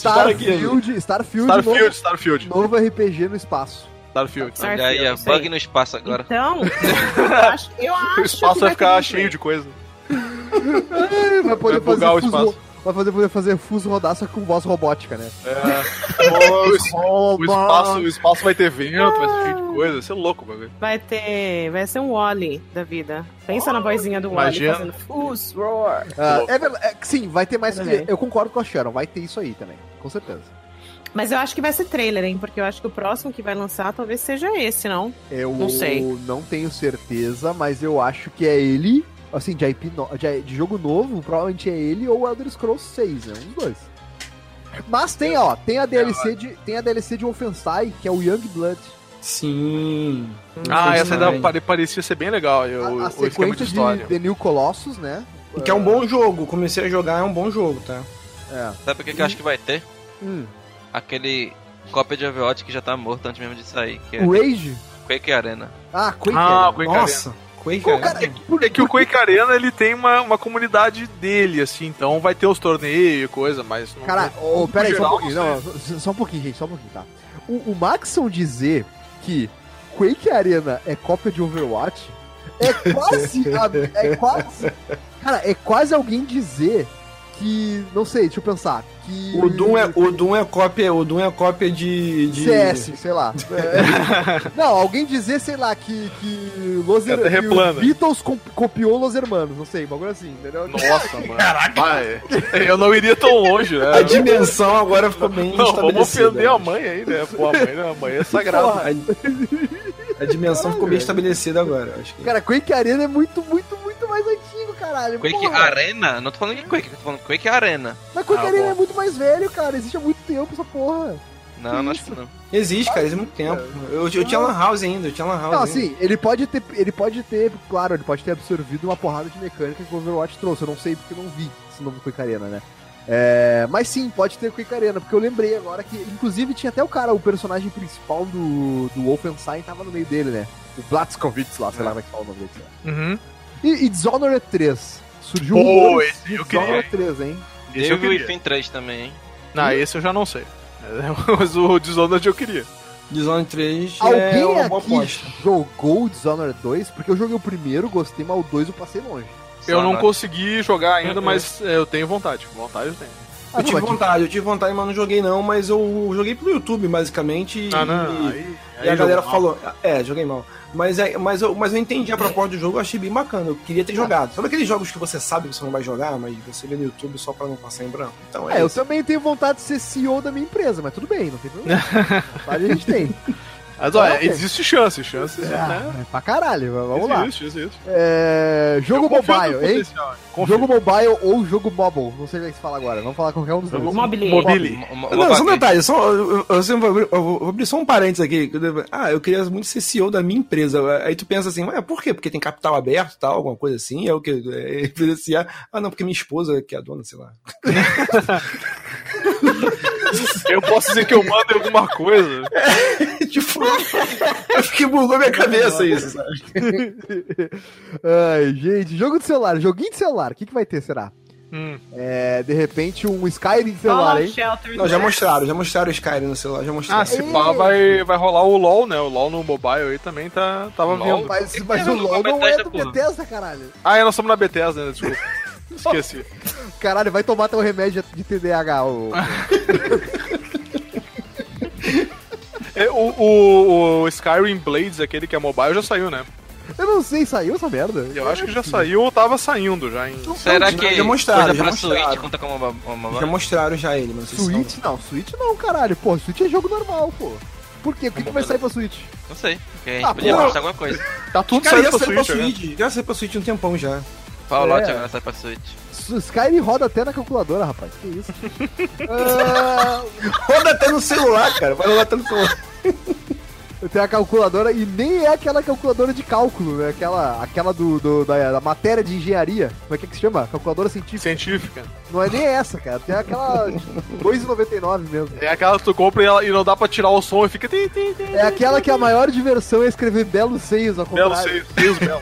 Starfield. Novo RPG no espaço. Starfield. Olha aí, bug no espaço agora. Então, eu acho o espaço vai ficar cheio de coisa. Vai poder fazer o espaço. Vai poder fazer fuso rodar só com voz robótica, né? O espaço vai ter vento, vai ser cheio de coisa. Vai ser louco, bagulho. Vai ser um Wall-E da vida. Pensa na vozinha do Wall-E fazendo Fuzz Roar. Sim, vai ter mais. Eu concordo com a Sharon, vai ter isso aí também, com certeza. Mas eu acho que vai ser trailer, hein? Porque eu acho que o próximo que vai lançar talvez seja esse, não? Não sei. Eu não tenho certeza, mas eu acho que é ele. Assim, de jogo novo, provavelmente é ele ou Elder Scrolls 6, né? Um dos dois. Mas tem a DLC de Wolfenstein, que é o Youngblood. Sim. Essa parecia ser bem legal. A sequência de The New Colossus, né? E que é um bom jogo. Comecei a jogar, é um bom jogo, tá? Sabe o que eu acho que vai ter? Aquele cópia de Overwatch que já tá morto antes mesmo de sair. Que o Rage? Quake Arena. Quake Arena. Nossa. É que o Quake Arena ele tem uma comunidade dele, assim, então vai ter os torneios e coisa, mas... Cara, pera aí, só um pouquinho, só um pouquinho, gente, tá? O Maxson dizer que Quake Arena é cópia de Overwatch, é quase... Cara, é quase alguém dizer que... Não sei, deixa eu pensar. Que... O Doom é cópia de... CS, sei lá. Não, alguém dizer, sei lá, que o Beatles copiou Los Hermanos, não sei, um bagulho assim, entendeu? Nossa, mano. Caraca. Eu não iria tão longe, né? A dimensão agora ficou bem estabelecida. Vamos ofender a mãe aí, né? Pô, a mãe é sagrada. A dimensão ficou bem estabelecida agora, acho que. Cara, Quake Arena é muito mais antigo, caralho. Quake Arena? Não tô falando de Quake, tô falando Quake Arena. Mas Quake Arena é muito mais velho, cara. Existe há muito tempo essa porra. Não acho que não. Existe, cara, existe há muito tempo. Eu tinha Lan House ainda, Não, assim, ele pode ter, claro, ele pode ter absorvido uma porrada de mecânica que o Overwatch trouxe. Eu não sei porque eu não vi esse novo Quake Arena, né? Mas sim, pode ter Quake Arena, porque eu lembrei agora que, inclusive, tinha até o personagem principal do Wolfenstein tava no meio dele, né? O Blazkowicz lá, sei lá como é que fala o nome dele. Uhum. E Dishonored 3. Surgiu esse eu queria. Dishonored 3, hein? Esse eu queria. Within 3 também, hein? Não, esse eu já não sei. Mas o Dishonored eu queria. Dishonored 3 Alguém é uma boa aposta. Jogou o Dishonored 2? Porque eu joguei o primeiro, gostei, mas o 2 eu passei longe. Eu não consegui jogar ainda, mas eu tenho vontade. Vontade eu tenho. Eu tive vontade, mas não joguei não, mas eu joguei pelo YouTube, basicamente. E a galera falou... joguei mal. Mas eu entendi a proposta do jogo, eu achei bem bacana, eu queria ter jogado. Sabe aqueles jogos que você sabe que você não vai jogar, mas você vê no YouTube só pra não passar em branco? Então eu também tenho vontade de ser CEO da minha empresa, mas tudo bem, não tem problema. Vontade a gente tem. Mas olha, existe chance, né? Pra caralho, vamos lá. Existe. Jogo mobile, hein? Jogo mobile ou jogo mobile, não sei o que se fala agora, vamos falar qualquer um dos dois. Mobile. Não, só um detalhe, eu vou abrir só um parênteses aqui. Eu queria muito ser CEO da minha empresa. Aí tu pensa assim, por quê? Porque tem capital aberto, tal, alguma coisa assim? É o que? Não, porque minha esposa que é a dona, sei lá. Eu posso dizer que eu mando em alguma coisa. Eu fiquei bugou minha cabeça isso, sabe? Ai, gente, jogo de celular, joguinho de celular, o que vai ter, será? De repente um Skyrim de celular, hein? Não, já mostraram o Skyrim no celular, já mostraram. Se pá, vai rolar o LoL, né? O LoL no mobile aí também tava vindo. Mas o LoL não é do Bethesda, caralho. Nós estamos na Bethesda, né? Desculpa. Esqueci. Caralho, vai tomar teu remédio de TDAH. O Skyrim Blades, aquele que é mobile, já saiu, né? Eu não sei, saiu essa merda? Eu acho que já saiu ou tava saindo já. Será que já mostraram, coisa pra Switch conta como uma... Já mostraram já ele, mas Switch não, caralho. Pô, Switch é jogo normal, pô. Por quê? O que vai sair pra Switch? Não sei, porque a gente podia mostrar alguma coisa. Tá tudo saindo pra Switch. Já saiu pra Switch um tempão já. Fallout agora sai pra Switch. Skyrim roda até na calculadora, rapaz. Que isso? Roda até no celular, cara. Vai rodar até no celular. Tem a calculadora e nem é aquela calculadora de cálculo, né? Aquela da matéria de engenharia. Como é que se chama? Calculadora científica. Não é nem essa, cara. Tem aquela R$2,99 mesmo. É aquela que tu compra e não dá pra tirar o som e fica... É aquela que a maior diversão é escrever belos seios ao contrário. Belos belos.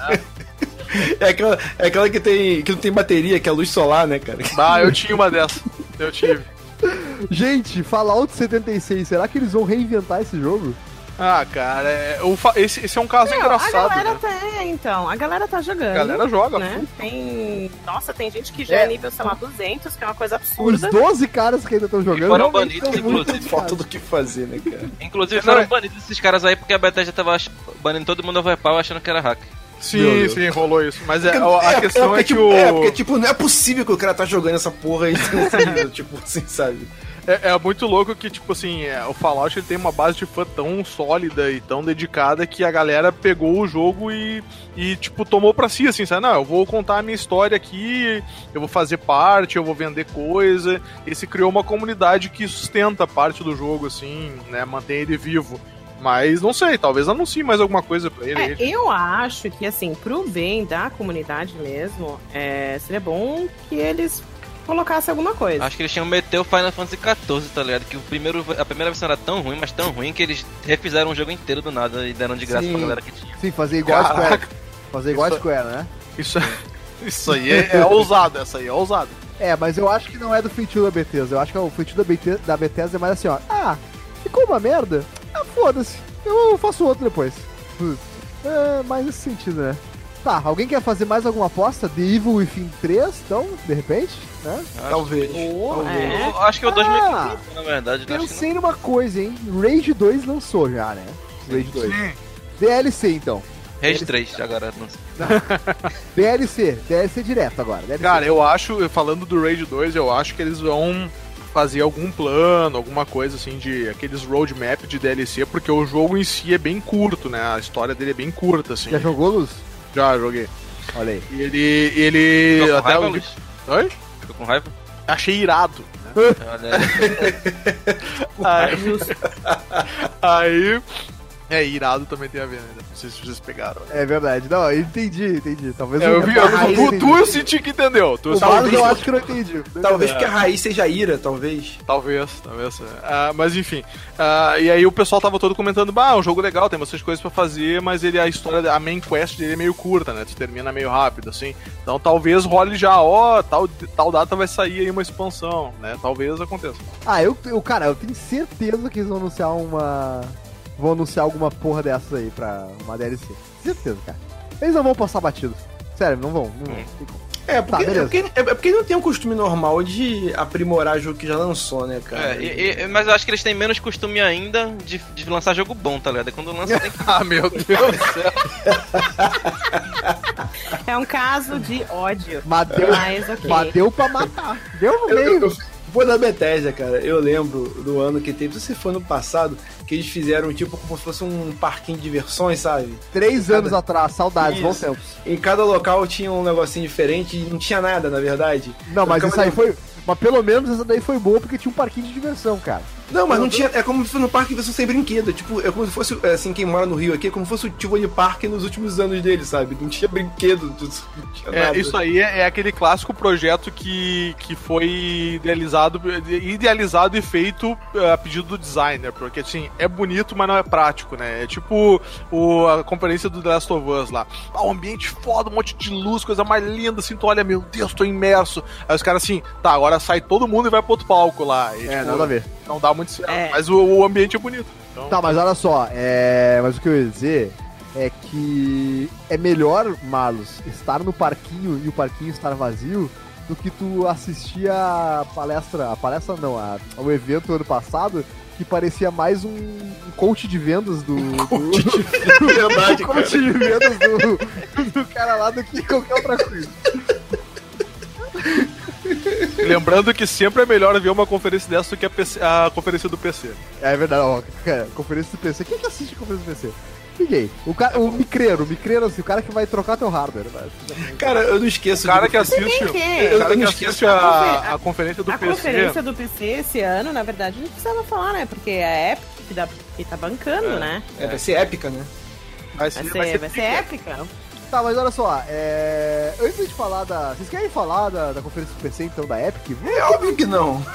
É aquela que não tem bateria, que é a luz solar, né, cara? Eu tinha uma dessa. Eu tive. Gente, Fallout 76, será que eles vão reinventar esse jogo? Cara, esse é um caso engraçado. A galera tá jogando. A galera joga, né? Tem gente que já é nível, sei lá, 200, que é uma coisa absurda. Os 12 caras que ainda estão jogando. Foram banidos, inclusive. Falta do que fazer, né, cara? Inclusive foram banidos esses caras aí porque a Bethesda tava banindo todo mundo overpower achando que era hack. Sim, rolou isso. Mas a questão é que porque não é possível que o cara tá jogando essa porra aí nesse nível, tipo assim, sabe? É muito louco que, tipo assim, o Fallout ele tem uma base de fã tão sólida e tão dedicada que a galera pegou o jogo e tipo, tomou pra si, assim, sabe? Não, eu vou contar a minha história aqui, eu vou fazer parte, eu vou vender coisa. E se criou uma comunidade que sustenta parte do jogo, assim, né? Mantém ele vivo. Mas não sei, talvez anuncie mais alguma coisa pra ele. Eu acho que, assim, pro bem da comunidade mesmo, seria bom que eles colocassem alguma coisa. Acho que eles tinham meter o Final Fantasy XIV, tá ligado? Que a primeira versão era tão ruim, mas tão ruim, que eles refizeram o jogo inteiro do nada e deram de graça pra galera que tinha. Sim, fazer igual a Square. Fazer igual a Square, né? Isso aí é ousado, essa aí é ousado. Mas eu acho que não é do feitio da Bethesda. Eu acho que o feitio da Bethesda é mais assim, ó. Ficou uma merda? Foda-se. Eu faço outro depois. Mais nesse sentido, né? Tá, alguém quer fazer mais alguma aposta? The Evil Within 3, então, de repente, né? Talvez. Eu acho que é o 2015, na verdade. Pensei numa coisa, hein? Rage 2 lançou já, né? Rage 2. Sim. DLC, então. Rage 3, agora não sei. DLC direto agora. DLC. Cara, eu acho, falando do Rage 2, eu acho que eles vão fazer algum plano, alguma coisa assim, de aqueles roadmap de DLC, porque o jogo em si é bem curto, né? A história dele é bem curta, assim. Já jogou, Luz? Já, joguei. Olha aí. E ele Ficou com até raiva, o... Luiz? Oi? Ficou com raiva? Achei irado. Olha Aí... irado também tem a ver, né? Não sei se vocês pegaram. É verdade. Não, eu entendi. Talvez eu senti que entendeu. Eu acho que não entendi. Talvez porque a raiz seja ira, talvez. Talvez. Mas enfim. E aí o pessoal tava todo comentando, é um jogo legal, tem bastante coisas pra fazer, mas a história, a main quest dele é meio curta, né? Tu termina meio rápido, assim. Então talvez role já, tal data vai sair aí uma expansão, né? Talvez aconteça. Cara, eu tenho certeza que eles vão anunciar alguma porra dessas aí pra uma DLC. Certeza, cara. Eles não vão passar batidos. Sério, não vão. Porque não tem um costume normal de aprimorar jogo que já lançou, né, cara? Mas eu acho que eles têm menos costume ainda de lançar jogo bom, tá ligado? Quando lança tem que... meu Deus do céu. É um caso de ódio. Mas deu pra matar. Deu no meio. Foi da Bethesda, cara. Eu lembro do ano que teve, não sei se foi no passado, que eles fizeram tipo como se fosse um parquinho de diversões, sabe? 3 anos atrás, saudades, bons tempos. Em cada local tinha um negocinho diferente e não tinha nada, na verdade. Não, mas isso aí foi... Mas pelo menos essa daí foi boa porque tinha um parquinho de diversão, cara. Não, mas não tinha. É como se fosse no parque de diversão sem brinquedo. Tipo, é como se fosse, assim, quem mora no Rio aqui, é como se fosse o Tivoli Park nos últimos anos dele, sabe? Não tinha brinquedo, não tinha nada. Isso aí é aquele clássico projeto que foi idealizado e feito a pedido do designer, porque assim, é bonito, mas não é prático, né? É tipo a conferência do The Last of Us lá. Um ambiente foda, um monte de luz, coisa mais linda, assim, tu olha, meu Deus, tô imerso. Aí os caras assim, tá, agora sai todo mundo e vai pro outro palco lá. E, nada a ver. Não dá muito certo, mas o ambiente é bonito. Então... Tá, mas olha só, mas o que eu ia dizer é que é melhor, Marlos, estar no parquinho e o parquinho estar vazio do que tu assistir a palestra ao evento ano passado, que parecia mais um coach de vendas do cara lá do que qualquer outra coisa. Lembrando que sempre é melhor ver uma conferência dessa do que a conferência do PC. É verdade, cara, conferência do PC. Quem que assiste a conferência do PC? Ninguém. O micreiro, assim, o cara que vai trocar teu hardware. Cara, eu não esqueço. O cara que assiste, a conferência do PC. A conferência do PC esse ano, na verdade, não precisava falar, né? Porque é a Epic que tá bancando, né? Vai ser épica, né? Vai ser épica. Tá, mas olha só, antes de falar vocês querem falar da conferência do PC, então, da Epic? É óbvio que não.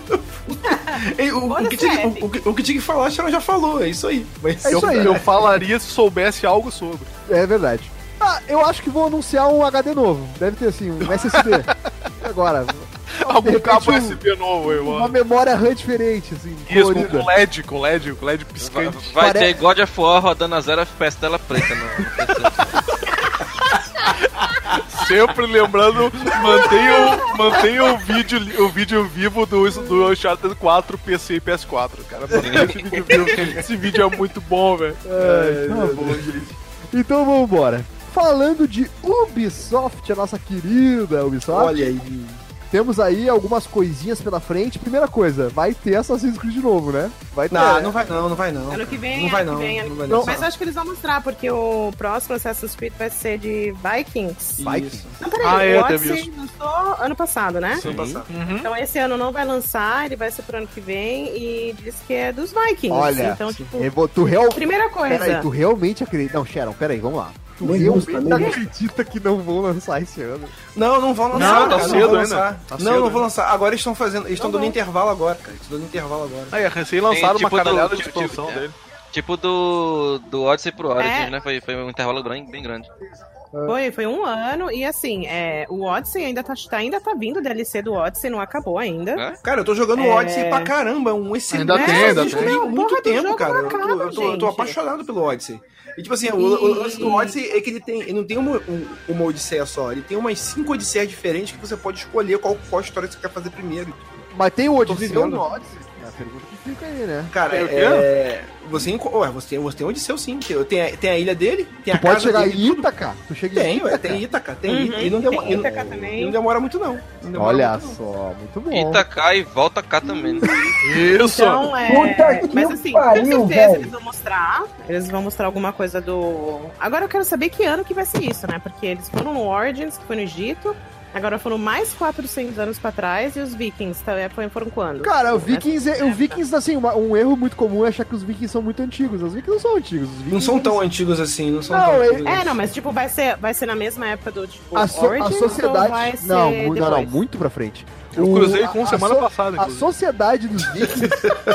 O que tinha que falar, a Sharon já falou, é isso aí. Mas eu falaria se soubesse algo sobre. É verdade. Eu acho que vão anunciar um HD novo. Deve ter, assim, um SSD. Agora... Algum cabo USB novo, eu uma memória RAM diferente, assim. Isso, com LED piscante. Vai ter God of War rodando a 0 FPS tela preta no Sempre lembrando, mantenha o vídeo vivo do Uncharted 4, PC e PS4, cara. Esse vídeo é muito bom, velho. Tá bom, gente. Então vamos embora. Falando de Ubisoft, a nossa querida Ubisoft. Olha aí. Temos aí algumas coisinhas pela frente. Primeira coisa, vai ter Assassin's Creed de novo, né? Vai ter. Não vai não. Ano que vem, não vai não. Mas eu acho que eles vão mostrar, porque o próximo Assassin's Creed vai ser de Vikings. Não, peraí, o Odyssey lançou ano passado, né? Sim. Uhum. Então esse ano não vai lançar, ele vai ser pro ano que vem e diz que é dos Vikings. Olha, então, tipo, primeira coisa. Peraí, tu realmente acredita? Não, Sharon, peraí, vamos lá. Tu realmente acredita que não vão lançar esse ano? Não vão lançar. Tá cedo ainda. Não vão lançar. Agora eles estão dando intervalo agora, cara. Estão dando intervalo agora. Aí, recém lançaram uma caralhada de expansão dele. Tipo do Odyssey pro Origins, né? Foi um intervalo bem grande. Foi 1 ano, e assim, o Odyssey ainda tá vindo, o DLC do Odyssey não acabou ainda. Cara, eu tô jogando o Odyssey pra caramba, um excelente. Ainda tem. Há muito tempo, cara. Acaba, eu tô apaixonado pelo Odyssey. E tipo assim, o lance do Odyssey é que ele não tem uma Odisseia só, ele tem umas 5 Odisseias diferentes que você pode escolher qual história que você quer fazer primeiro. Mas tem o Odisseu no Odyssey? É a pergunta que fica aí, né? Cara, você tem Odisseu sim. Tem a ilha dele, tem a pode casa chegar dele. em Ítaca? Tu chega em Ítaca? Tem Ítaca. Tem Ítaca também. E não demora muito, não. Olha só, muito bom. Ítaca e volta cá também, né? Isso! Então, mas assim, com certeza eles vão mostrar alguma coisa do... Agora eu quero saber que ano que vai ser isso, né? Porque eles foram no Origins, que foi no Egito, agora foram mais 400 anos pra trás, e os Vikings foram quando? Cara, os Vikings, assim, um erro muito comum é achar que os Vikings são muito antigos. Os Vikings não são antigos. Não são tão antigos assim, não são tão antigos. Não, mas tipo, vai ser na mesma época do, tipo, a Origins, sociedade... vai ser não, muito pra frente. Eu cruzei com semana passada, a sociedade dos Vikings,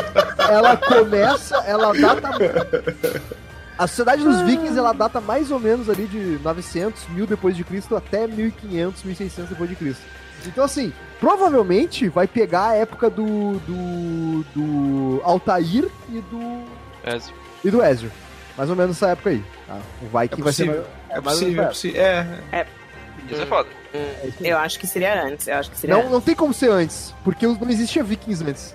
a sociedade dos Vikings, ela data mais ou menos ali de 900, 1000 depois de Cristo até 1500, 1600 depois de Cristo. Então, assim, provavelmente vai pegar a época do Altair e do Ezio. Mais ou menos essa época aí. Tá? O Viking vai ser... É possível. Isso é foda. Eu acho que seria antes. Não tem como ser antes, porque não existia Vikings antes.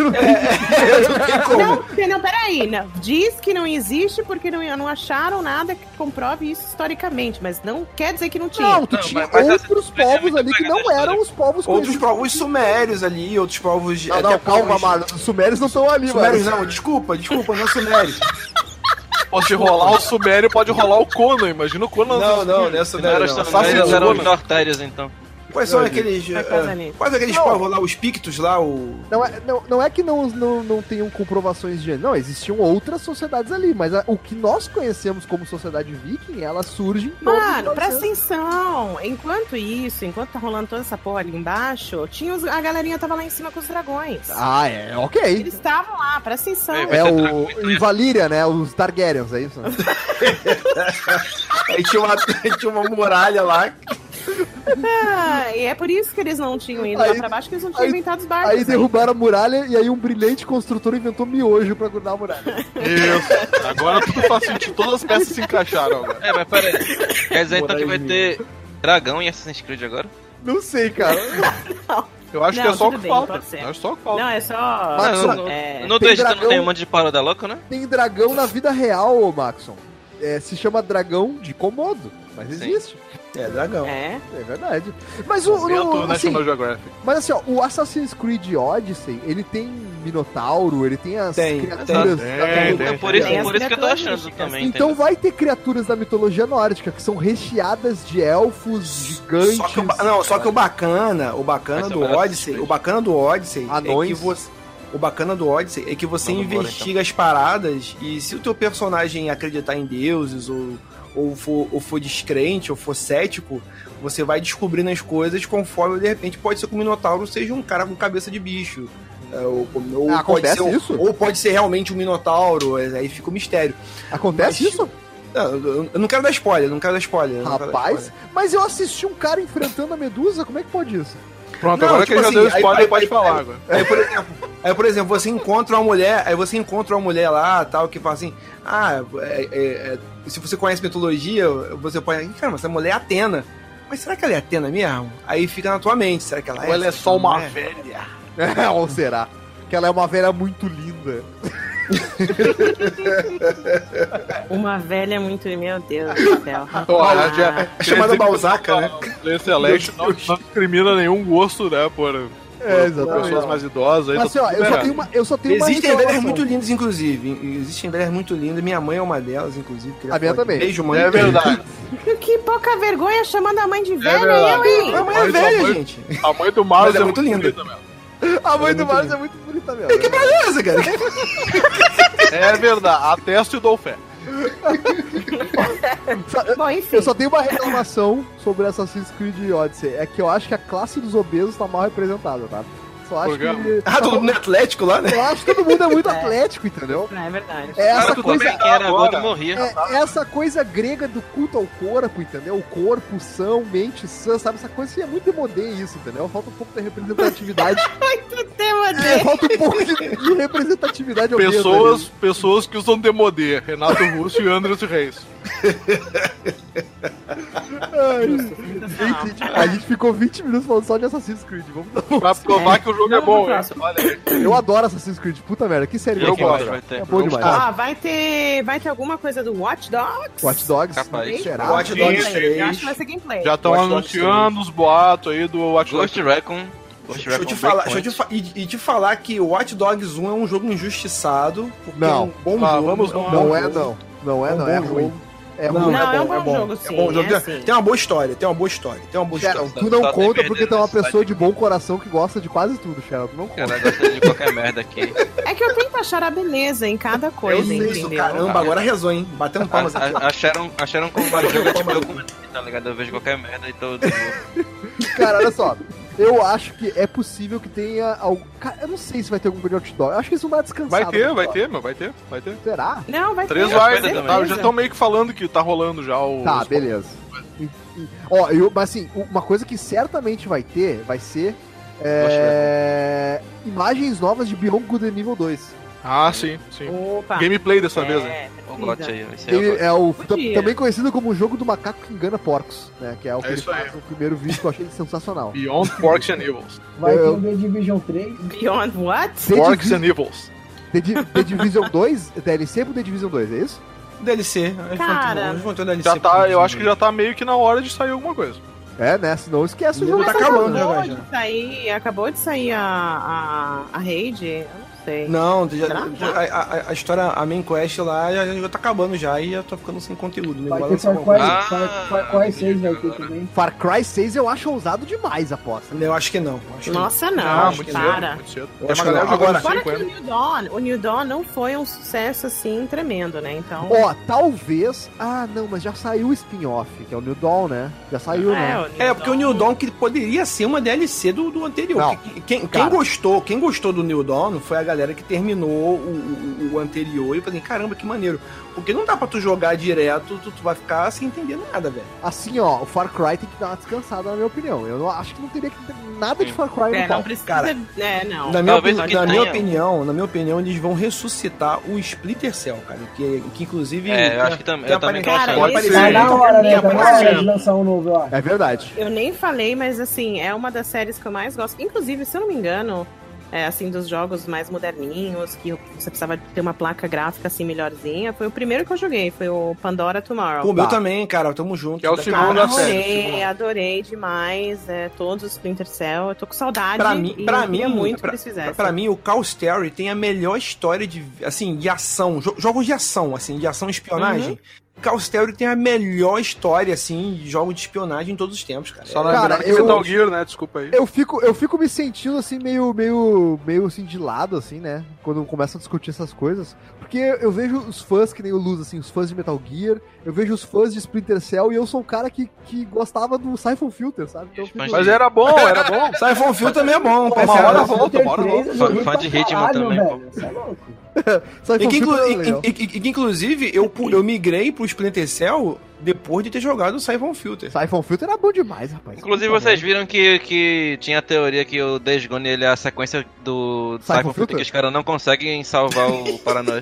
Não, peraí. Não. Diz que não existe porque não acharam nada que comprove isso historicamente, mas não quer dizer que não tinha. Não, tinha outros povos ali que não eram os povos outros povos sumérios ali, outros povos... Calma, mano. Os sumérios não estão ali, sumérios não, desculpa, não é sumérios. Pode rolar o Sumério, pode rolar o Conan. Imagina o Conan. Não é Sumério. Não eram os Nortérios, então. Quais são aqueles... Quais aqueles povos lá, os Pictos lá, Não é que não tenham comprovações de... Não, existiam outras sociedades ali, mas o que nós conhecemos como sociedade viking, ela surge... Mano, presta atenção! Enquanto tá rolando toda essa porra ali embaixo, a galerinha tava lá em cima com os dragões. Ok. Eles estavam lá, presta atenção. Em Valíria, né? Os Targaryens, é isso? Aí tinha uma muralha lá... E é por isso que eles não tinham ido lá pra baixo, que eles não tinham inventado os barcos. Aí derrubaram a muralha e aí um brilhante construtor inventou miojo pra grudar a muralha. Isso. Agora tudo faz sentido, todas as peças se encaixaram agora. Mas pera aí. Quer dizer então que vai ter dragão em Assassin's Creed agora? Não sei, cara. Eu acho que é só o que falta. Não, é só... No do Egito não tem um monte de parada louca, né? Tem dragão na vida real, ô Maxon. Se chama dragão de Komodo, mas existe. É dragão. É verdade. Mas mas assim, ó, o Assassin's Creed Odyssey, ele tem Minotauro, ele tem as criaturas... Por isso que eu tô achando também. Então vai ter criaturas da mitologia nórdica, que são recheadas de elfos gigantes. Só que o bacana do Odyssey, anões. O bacana do Odyssey é que você investiga as paradas e se o teu personagem acreditar em deuses ou for descrente, ou for cético, você vai descobrindo as coisas conforme, de repente, pode ser que o Minotauro seja um cara com cabeça de bicho. Acontece isso? Ou pode ser realmente um Minotauro, aí fica o mistério. Acontece isso? Eu não quero dar spoiler, Rapaz, mas eu assisti um cara enfrentando a Medusa, como é que pode isso? Pronto, agora que ele já deu spoiler, pode falar agora. Aí, por exemplo, você encontra uma mulher lá, tal, que fala assim, se você conhece mitologia, você pode... Cara, mas essa mulher é Atena. Mas será que ela é Atena mesmo? Aí fica na tua mente, será que ela é? Ou ela é só uma velha? Ou será? Que ela é uma velha muito linda. Uma velha muito... Meu Deus do céu. É chamada Balzaca, né? Lei Celeste não discrimina nenhum gosto, né, por pessoas mais idosas. Mas assim, ó, eu só tenho uma Existem velhas muito lindas, inclusive. Minha mãe é uma delas, inclusive. A minha também. Beijo, mãe. É verdade. Que pouca vergonha chamando a mãe de velha, hein? A mãe é velha, gente. A mãe do Marlos é muito linda. A mãe do Marlos é muito bonita mesmo. Que beleza, cara. É verdade. Atesto e dou fé. Bom, enfim. Eu só tenho uma reclamação sobre Assassin's Creed Odyssey. É que eu acho que a classe dos obesos tá mal representada, tá? Só acho Programa. que... todo mundo é atlético lá, né? Eu acho que todo mundo é muito atlético, entendeu? É verdade. É essa Cara, coisa... quem era gordo morria. É essa coisa grega do culto ao corpo, entendeu? O corpo são, mente sã, sabe? Essa coisa assim, é muito demodê isso, entendeu? Falta um pouco de representatividade. Falta um pouco de representatividade ao menos ali. Pessoas que usam demodê. Renato Russo e Andrés Reis. A gente ficou 20 minutos falando só de Assassin's Creed. Vamos dar Pra provar que o jogo é bom, né? Olha aí. Eu adoro Assassin's Creed, puta merda. Que série Eu boa, gosto, cara. vai ter. É bom demais. Vai ter alguma coisa do Watch Dogs? Watch Dogs? Capaz. Será? Watch Dogs Sim, 3. Eu acho que vai ser gameplay. Já estão Watch Dogs anunciando os boatos aí do Watch Dogs. Ghost Recon. Deixa eu te falar que o Watch Dogs 1 é um jogo injustiçado. Porque Não. é um bom Ah, jogo. vamos- Não é não. Não é não, é bom ruim. jogo. É Não, ruim. Não, é um bom é bom. jogo, sim. É bom jogo. é assim. Tem uma boa história, tem uma boa história. Sharon, tu Só não tá conta dependendo porque tu é uma da pessoa cidade. de bom coração que gosta de quase tudo, Sharon. Tu não conta. Cara, gosta de qualquer merda aqui. É que eu tento achar a beleza em cada coisa, Eu sei isso, entendeu? caramba, agora rezou, hein? Batendo palmas aqui. Acharam como uma jogo tipo eu com tá ligado? Eu vejo qualquer merda e tô. Cara, olha só. Eu acho que é possível que tenha algum... Cara, eu não sei se vai ter algum coisa de outdoor. Eu acho que eles vão dar descansado. Vai ter, no meu, vai ter. Será? Não, vai 3 ter. vai, certeza. tá, já estão meio que falando que tá rolando já o... Tá, beleza. Ó, mas assim, uma coisa que certamente vai ter, vai ser... imagens novas de Beyond Good and Evil 2. Ah, sim. Opa. Gameplay dessa vez, né? É, O GOT aí, esse aí Ele é Podia. também conhecido como o jogo do macaco que engana porcos, né? Que é o que ele isso aí. faz no primeiro vídeo que eu achei sensacional. Beyond Porks and Evils. Vai ter Eu- o The Division 3. Beyond what? Porks and Evils. The Division 2, DLC pro The Division 2, é isso? DLC. Cara. Eles vão ter DLC. Já tá, eu acho que já tá meio que na hora de sair alguma coisa. É, né? Senão esquece o Ele jogo. tá Mas acabando já, acabou já. de sair, acabou de sair a Raid, eu não sei. Não, Será? a história, a main quest lá já tá acabando já e já tô ficando sem conteúdo. Né? Vai Vai ter lançar Far alguma Cry, coisa. Far Cry 6 vai ter também. Far Cry 6 eu acho ousado demais, aposta. Eu acho que não. Acho que Nossa, não, Ah, muito cedo, para. muito cedo. Eu Tem acho uma que galera não. jogando Agora- Fora 5 que anos. o New Dawn não foi um sucesso assim tremendo, né? Então. Ó, talvez... Ah, não, mas já saiu o spin-off, que é o New Dawn, né? Já saiu, né? É, porque o New Dawn que poderia ser uma DLC do anterior. Não. Quem Cara. gostou do New Dawn foi a galera que terminou o anterior e falou assim, caramba, que maneiro. Porque não dá pra tu jogar direto, tu vai ficar sem entender nada, velho. Assim, ó, o Far Cry tem que dar uma descansada, na minha opinião. Eu não, acho que não teria que ter nada de Far Cry no não pau. precisa. Cara, Não. Na minha, Talvez o que tenha- na minha opinião, eles vão ressuscitar o Splinter Cell, cara. Que inclusive. É, eu acho que também- eu também tô Cara, achando. Pode esse- ser. Tá na hora, né? Tá na hora Aparecendo. de lançar um novo, ó. É verdade. Eu nem falei, mas assim, é uma das séries que eu mais gosto. Inclusive, se eu não me engano, assim, dos jogos mais moderninhos, que você precisava ter uma placa gráfica assim melhorzinha, foi o primeiro que eu joguei, foi o Pandora Tomorrow. Pô, meu Tá. também, cara. Tamo junto. Que é o Daqui a segundo pouco- da série. Adorei demais, todos os Splinter Cell. Eu tô com saudade Pra mim, e eu queria muito pra, que eles fizessem. pra mim, o Call Story tem a melhor história de, assim, de ação, jogos de ação, assim, de ação e espionagem. Uhum. Call Story tem a melhor história, assim, de jogo de espionagem em todos os tempos, cara. Só Cara, lembrando que eu- Metal Gear, né? Desculpa aí. Eu fico me sentindo assim, meio assim, de lado, assim, né? Quando começam a discutir essas coisas. Porque eu vejo os fãs, que nem o Luz, assim, os fãs de Metal Gear, eu vejo os fãs de Splinter Cell e eu sou um cara que gostava do Siphon Filter, sabe? Então eu fico... Mas era bom, era bom. Siphon Filter também é bom, Uma hora volta, Splinter uma hora 3 volta. eu joguei Fã de pra ritmo caralho, também, velho. Você é louco. Siphon E que, Filter é legal. inclusive, eu migrei pro Splinter Cell depois de ter jogado o Siphon Filter. Siphon Filter era bom demais, rapaz. Inclusive, Puta vocês merda. viram que tinha a teoria que o Days Gone ele é a sequência do Siphon Siphon Filter, que os caras não conseguem salvar o Paranoia.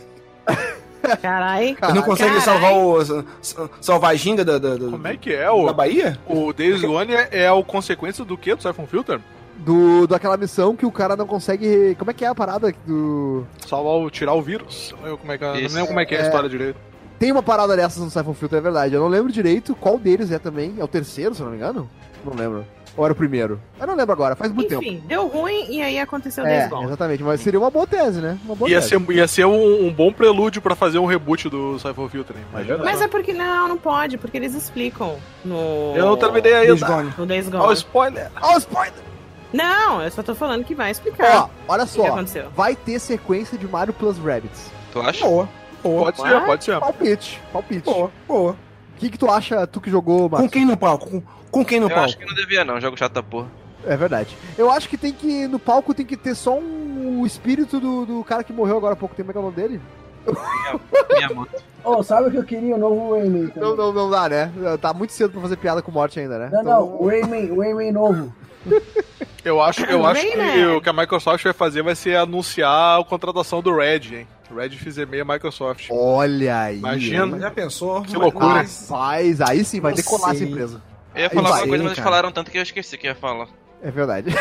Carai. Não consegue salvar a ginga Como é que é o... da Bahia? O Days Gone é a consequência do quê? Do Siphon Filter? Daquela missão que o cara não consegue... Como é que é a parada do... Salvar tirar o vírus. Como é que, não Isso. lembro como é que é a história direito. Tem uma parada dessas no Siphon Filter, é verdade. Eu não lembro direito qual deles é também. É o terceiro, se eu não me engano? Não lembro. Ou era o primeiro? Eu não lembro agora, faz muito tempo. Enfim, deu ruim e aí aconteceu o É, Days Gone. exatamente. Mas seria uma boa tese, né? Uma boa Ia tese. ser um bom prelúdio pra fazer um reboot do Siphon Filter, hein? Imagina. Mas é porque não pode, porque eles explicam no. Eu não terminei Days ainda. Gone. No Days Olha o Gone. spoiler. Ó, spoiler! Não, eu só tô falando que vai explicar. Ó, olha o que só. aconteceu. Vai ter sequência de Mario Plus Rabbids. Tu acha? Boa. Pode ser, pode ser. Palpite. Boa. O que tu acha, tu que jogou, Com Marcos? quem no palco? Com quem no Eu palco? acho que não devia não, jogo chato da porra. É verdade. Eu acho que no palco tem que ter só o espírito do cara que morreu agora há pouco tempo. Como é que é o nome dele? Miyamoto. Sabe o que eu queria? O novo Rayman. Não dá, né? Tá muito cedo pra fazer piada com morte ainda, né? Não, o Rayman novo. Eu acho que o que a Microsoft vai fazer vai ser anunciar a contratação do Red, hein? Red X-E-Meia Microsoft. Olha aí. Imagina. Já pensou? Que loucura. Rapaz, aí sim vai decolar essa empresa. Eu ia falar alguma coisa, mas eles falaram tanto que eu esqueci que ia falar. É verdade.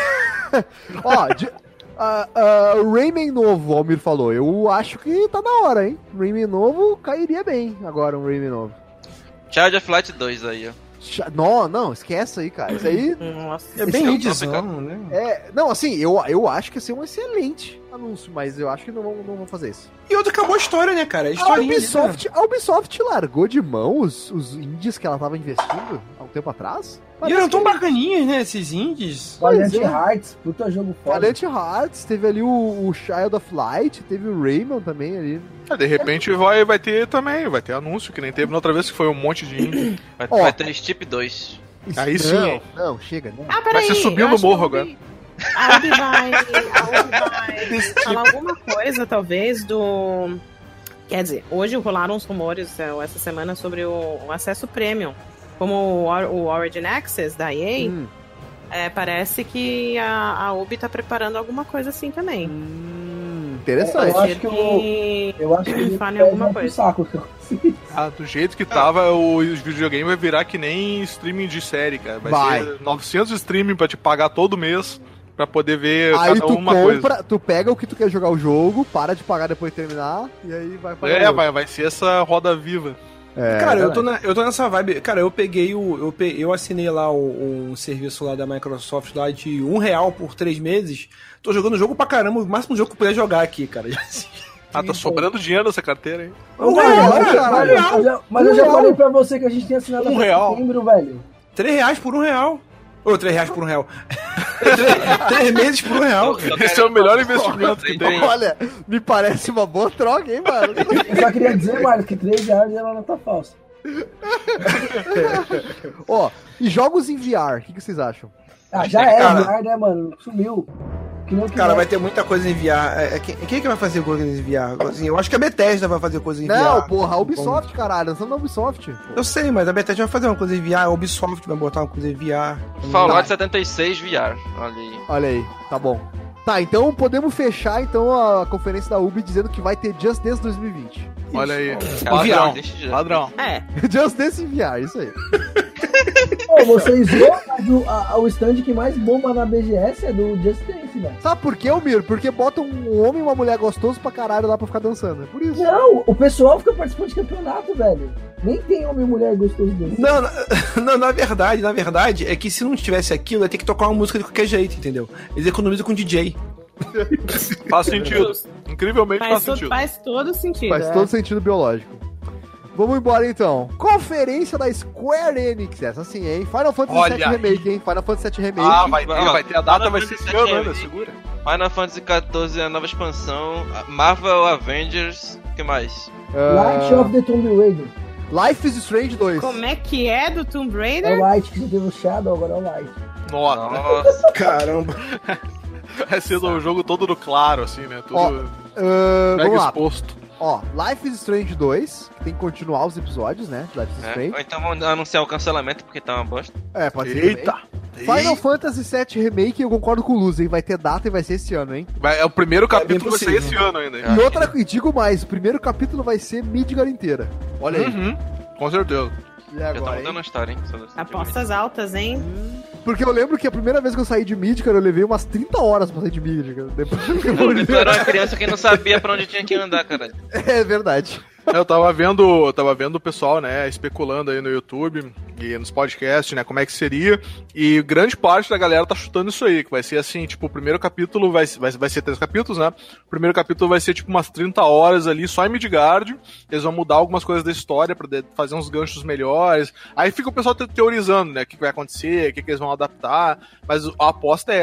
O Rayman novo, o Almir falou. Eu acho que tá na hora, hein? Rayman novo cairia bem agora, um Rayman novo. Child of Light 2 aí, ó. Não, esquece aí, cara. Isso aí... Nossa. É bem indizão, né? Não, assim, eu acho que ia ser um excelente anúncio, mas eu acho que não vão fazer isso. E outra, acabou a história, né, cara? A Ubisoft largou de mão os indies que ela tava investindo há um tempo atrás. E eram tão bacaninhos, né, esses indies. Valiant Hearts, puta jogo foda. Valiant Hearts, teve ali o Child of Light, teve o Rayman também ali. De repente vai ter também, vai ter anúncio, que nem teve na outra vez, que foi um monte de indie. Vai ter Steep 2. Aí sim. Não, chega, né? Vai ser subir no morro agora. A Ubi vai falar alguma coisa, talvez, do... Quer dizer, hoje rolaram uns rumores, essa semana, sobre o acesso premium. Como o Origin Access da EA, parece que a Ubi tá preparando alguma coisa assim também. Interessante. Eu acho que ele fala em alguma coisa. Saco, do jeito que tava, o videogame vai virar que nem streaming de série, cara. Vai ser 900 streaming pra te pagar todo mês pra poder ver aí cada uma coisa. Tu pega o que tu quer jogar o jogo, para de pagar depois de terminar, e aí vai pagar. Vai ser essa roda viva. Cara, eu tô nessa vibe. Cara, eu assinei lá um serviço lá da Microsoft lá de R$1 por 3 meses. Tô jogando jogo pra caramba, o máximo jogo que eu puder jogar aqui, cara. Tá sobrando dinheiro nessa carteira, hein? Mas eu já falei pra você que a gente tem assinado R$1, velho. R$3 por R$1. Ou R$3 por R$1. 3 meses por R$1. Esse é o melhor investimento que tem. Olha, me parece uma boa troca, hein, mano? Eu só queria dizer, Marcos, que R$3 ela não tá falsa. E jogos em VR, o que vocês acham? Já é VR, né, mano? Sumiu. Cara, vai ter muita coisa em VR. Quem que vai fazer coisa em VR? Assim, eu acho que a Bethesda vai fazer coisa em VR. Não, porra, a Ubisoft, caralho. Nós estamos na Ubisoft. Eu sei, mas a Bethesda vai fazer uma coisa em VR. A Ubisoft vai botar uma coisa em VR. Fallout 76 VR. Olha aí, tá bom. Tá, então podemos fechar a conferência da Ubi dizendo que vai ter Just Dance 2020. Olha aí. Padrão. Just Dance em VR, isso aí. Vocês viram o stand que mais bomba na BGS é do Just Dance, velho. Sabe por quê, Almir? Porque bota um homem e uma mulher gostoso pra caralho lá pra ficar dançando. É por isso. Não, o pessoal fica participando de campeonato, velho. Nem tem homem e mulher gostoso dançando. Não, na verdade, é que se não tivesse aquilo, ia ter que tocar uma música de qualquer jeito, entendeu? Eles economizam com DJ. Faz sentido. Incrivelmente faz sentido. Faz todo sentido. Faz todo sentido biológico. Vamos embora então. Conferência da Square Enix, essa sim, hein? Final Fantasy VII Remake, hein? Final Fantasy VII Remake. Vai ter a data, vai ser esse ano ainda, segura. Final Fantasy XIV, a nova expansão, Marvel Avengers, o que mais? Light of the Tomb Raider. Life is Strange 2. Como é que é do Tomb Raider? É o Light, que teve o Shadow, agora é o Light. Nossa. Caramba. Vai ser o jogo todo no claro, assim, né? Tudo vamos lá. exposto. Life is Strange 2, que tem que continuar os episódios, né? Life is Strange. Ou então vamos anunciar o cancelamento, porque tá uma bosta. Pode ser. Eita! Final Fantasy VII Remake, eu concordo com o Luz, hein? Vai ter data e vai ser esse ano, hein? O primeiro capítulo vai ser esse ano ainda. E digo mais, o primeiro capítulo vai ser Midgar inteira. Olha aí. Com certeza. E agora, já tá mudando a história, hein? Apostas altas, hein? Porque eu lembro que a primeira vez que eu saí de Midgar, eu levei umas 30 horas pra sair de Midgar. Depois tu era uma criança que não sabia pra onde tinha que andar, caralho. É verdade. Eu tava vendo o pessoal, né, especulando aí no YouTube e nos podcasts, né, como é que seria, e grande parte da galera tá chutando isso aí, que vai ser assim, tipo, o primeiro capítulo vai ser 3 capítulos, né, o primeiro capítulo vai ser tipo umas 30 horas ali, só em Midgard, eles vão mudar algumas coisas da história pra fazer uns ganchos melhores, aí fica o pessoal teorizando, né, o que vai acontecer, o que eles vão adaptar, mas a aposta é essa.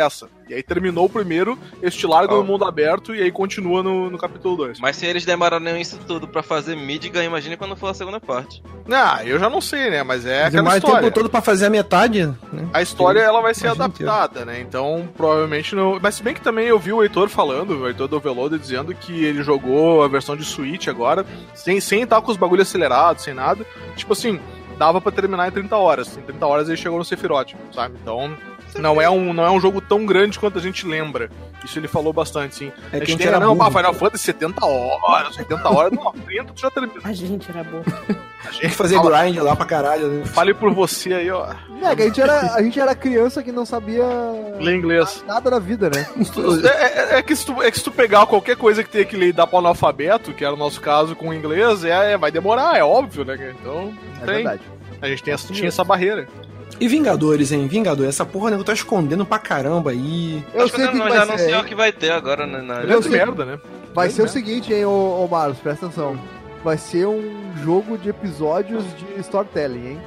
E aí terminou o primeiro, eles te largam no mundo aberto e aí continua no capítulo 2. Mas se eles demoraram isso tudo pra fazer Midgar, imagina quando for a segunda parte. Eu já não sei, né? Mas é aquela Demora o história. tempo todo pra fazer a metade, né? A história, ela vai ser Imagina adaptada, né? Então, provavelmente não... Mas se bem que também eu vi o Heitor falando, o Heitor do Overloader, dizendo que ele jogou a versão de Switch agora, sem estar com os bagulhos acelerados, sem nada. Tipo assim, dava pra terminar em 30 horas. Em 30 horas ele chegou no Sephiroth, sabe? Então... Não é um jogo tão grande quanto a gente lembra. Isso ele falou bastante, sim. É a que gente era não, burro. Final Fantasy 70 horas, 80 horas, não, 30 tu já terminou. A gente era boa. Tem que fazer grind lá pra caralho, né? Fale por você aí, ó. Mega, a gente era criança que não sabia Ler inglês. nada da vida, né? É que se tu pegar qualquer coisa que tenha que ler e dar pro analfabeto, que era o nosso caso com o inglês, vai demorar, é óbvio, né? Então, É tem. verdade. A gente tinha essa barreira. E Vingadores, hein? Vingadores, essa porra, nego, tá escondendo pra caramba aí. Eu Acho que sei que não, vai já ser, anunciou hein? o que vai ter agora, né? Eu sei. merda, né? Vai ser o seguinte, hein, ô Marlos, presta atenção. Vai ser um jogo de episódios de storytelling, hein?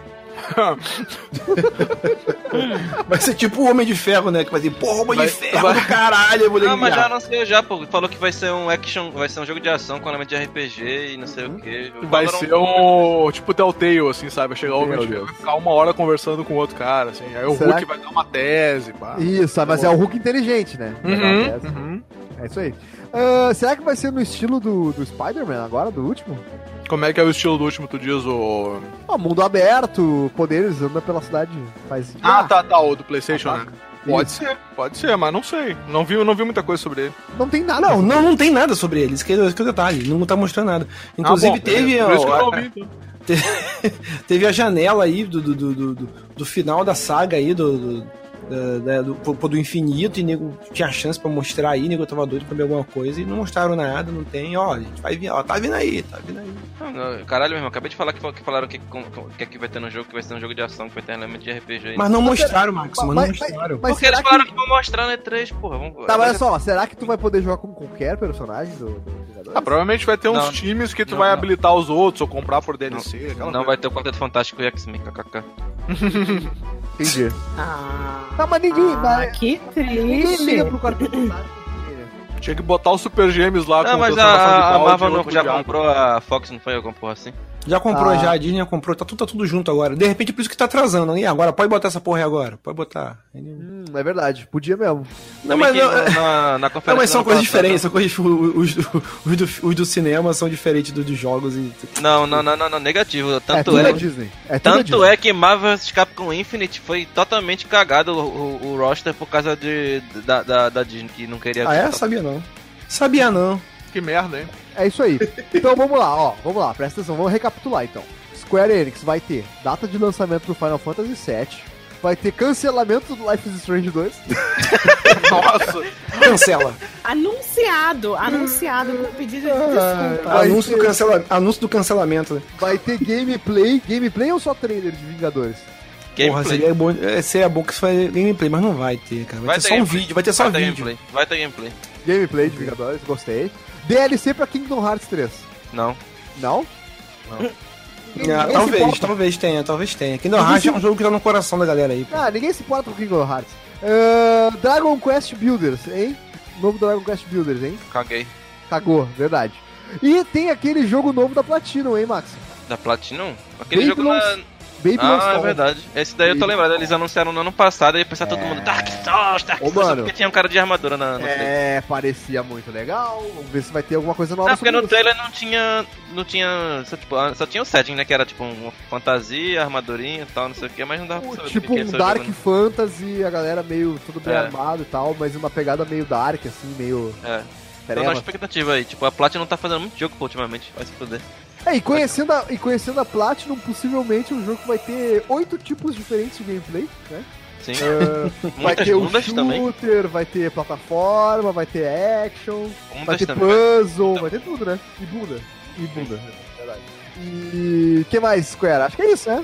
Vai ser tipo o Homem de Ferro, né? Que vai dizer, porra, Homem de Ferro do caralho, eu vou Não, mas já ligar. anunciou já, pô. Falou que vai ser um action, vai ser um jogo de ação com elemento de RPG e não sei o que. Vai ser um tipo Telltale, assim, sabe? Vai chegar o Homem de Ferro, vai ficar uma hora conversando com outro cara, assim. Aí o Será Hulk que- vai dar uma tese, pá. Isso, mas é o Hulk inteligente, né? Uhum. É isso aí. Será que vai ser no estilo do Spider-Man agora, do último? Como é que é o estilo do último, tu diz, o... Mundo aberto, poderes, anda pela cidade, faz... tá, o do PlayStation, Ataca. né? Isso. Pode ser, mas não sei. Não vi muita coisa sobre ele. Não tem nada. Não tem nada sobre eles, que é o detalhe, não tá mostrando nada. Inclusive teve... Por isso que eu não ó, vi, então. teve a janela aí do final da saga aí, do infinito, e nego tinha chance pra mostrar aí, nego tava doido pra ver alguma coisa e não mostraram nada, não tem, ó, a gente vai vir, ó, tá vindo aí. Não, caralho, meu irmão, acabei de falar que falaram que vai ter no jogo, que vai ser um jogo de ação, que vai ter elemento de RPG aí. Mas não mostraram, Max, mas não mas- mostraram. Mas Porque eles será falaram que... que vão mostrar no E3, porra. Vamos... Tá, mas olha só, será que tu vai poder jogar com qualquer personagem do Vingadores? Provavelmente vai ter uns Não. times que tu Não, vai não. habilitar os outros ou comprar por DLC. aquela Não coisa. vai ter o Quarteto Fantástico e X-Men, kkk. Entendi. Ah, Tá, mas ninguém... mas... que Ninguém triste. liga pro Quarteto Fantástico. Tinha que botar os Super Gêmeos lá Não, mas transformação de a balde Marvel e não, outro já de água. comprou a Fox, não foi alguma porra assim? Já comprou, Ah. já, a Disney já comprou, tá tudo junto agora. De repente, por isso que tá atrasando. E agora, pode botar essa porra aí agora, pode botar. É verdade, podia mesmo. Não, Também mas, que na conferência não, mas são do coisas ano passado- diferentes, são coisas, os do cinema são diferentes dos jogos e... Não, negativo. Tanto tudo é, da Disney. É tudo da tanto Disney. é que Marvel vs Capcom Infinite foi totalmente cagado o roster por causa da Disney, que não queria... Ah, é? Sabia não. Que merda, hein? É isso aí. Então vamos lá, presta atenção, vamos recapitular então. Square Enix vai ter data de lançamento do Final Fantasy VII, vai ter cancelamento do Life is Strange 2, Nossa. Cancela. Anunciado com pedido de desculpa. Anúncio do cancelamento. Né? vai ter gameplay ou só trailer de Vingadores? Porra, seria bom que isso fosse gameplay, mas não vai ter, cara. Vai ter só um vídeo, vai ter só vídeo. Gameplay. Vai ter gameplay. Gameplay de Vingadores, gostei. DLC pra Kingdom Hearts 3. Não. Não? Ah, talvez tenha. Kingdom Hearts é um jogo que tá no coração da galera aí. Pô. Ninguém se importa com Kingdom Hearts. Dragon Quest Builders, hein? Novo Dragon Quest Builders, hein? Caguei. Cagou, verdade. E tem aquele jogo novo da Platinum, hein, Max? Da Platinum? Aquele jogo Babylon's- na... Babylon's Ah, é Fall. verdade. Esse daí eu tô lembrado. Eles anunciaram no ano passado e ia pensar todo mundo Dark Souls, Ô, mano. porque tinha um cara de armadura no trailer. Parecia muito legal. Vamos ver se vai ter alguma coisa nova. Não, porque sobre no isso. trailer não tinha só tinha o setting, né? Que era tipo uma fantasia, armadurinha e tal, não sei o que, mas não dava pra saber do Tipo que um ia Dark ser o jogo, Fantasy, a galera meio tudo bem É. armado e tal, mas uma pegada meio dark, assim, meio. né? Tô Treva. na expectativa aí. Tipo, a Platinum não tá fazendo muito jogo pô, ultimamente. Vai se fuder. E conhecendo a Platinum, possivelmente o jogo vai ter 8 tipos diferentes de gameplay, né? Sim. Vai Muitas ter o bundas shooter, também. vai ter plataforma, vai ter action, vai Bundas ter também. puzzle, vai ter tudo, né? E bunda. Verdade. E que mais, Square? Acho que é isso, né?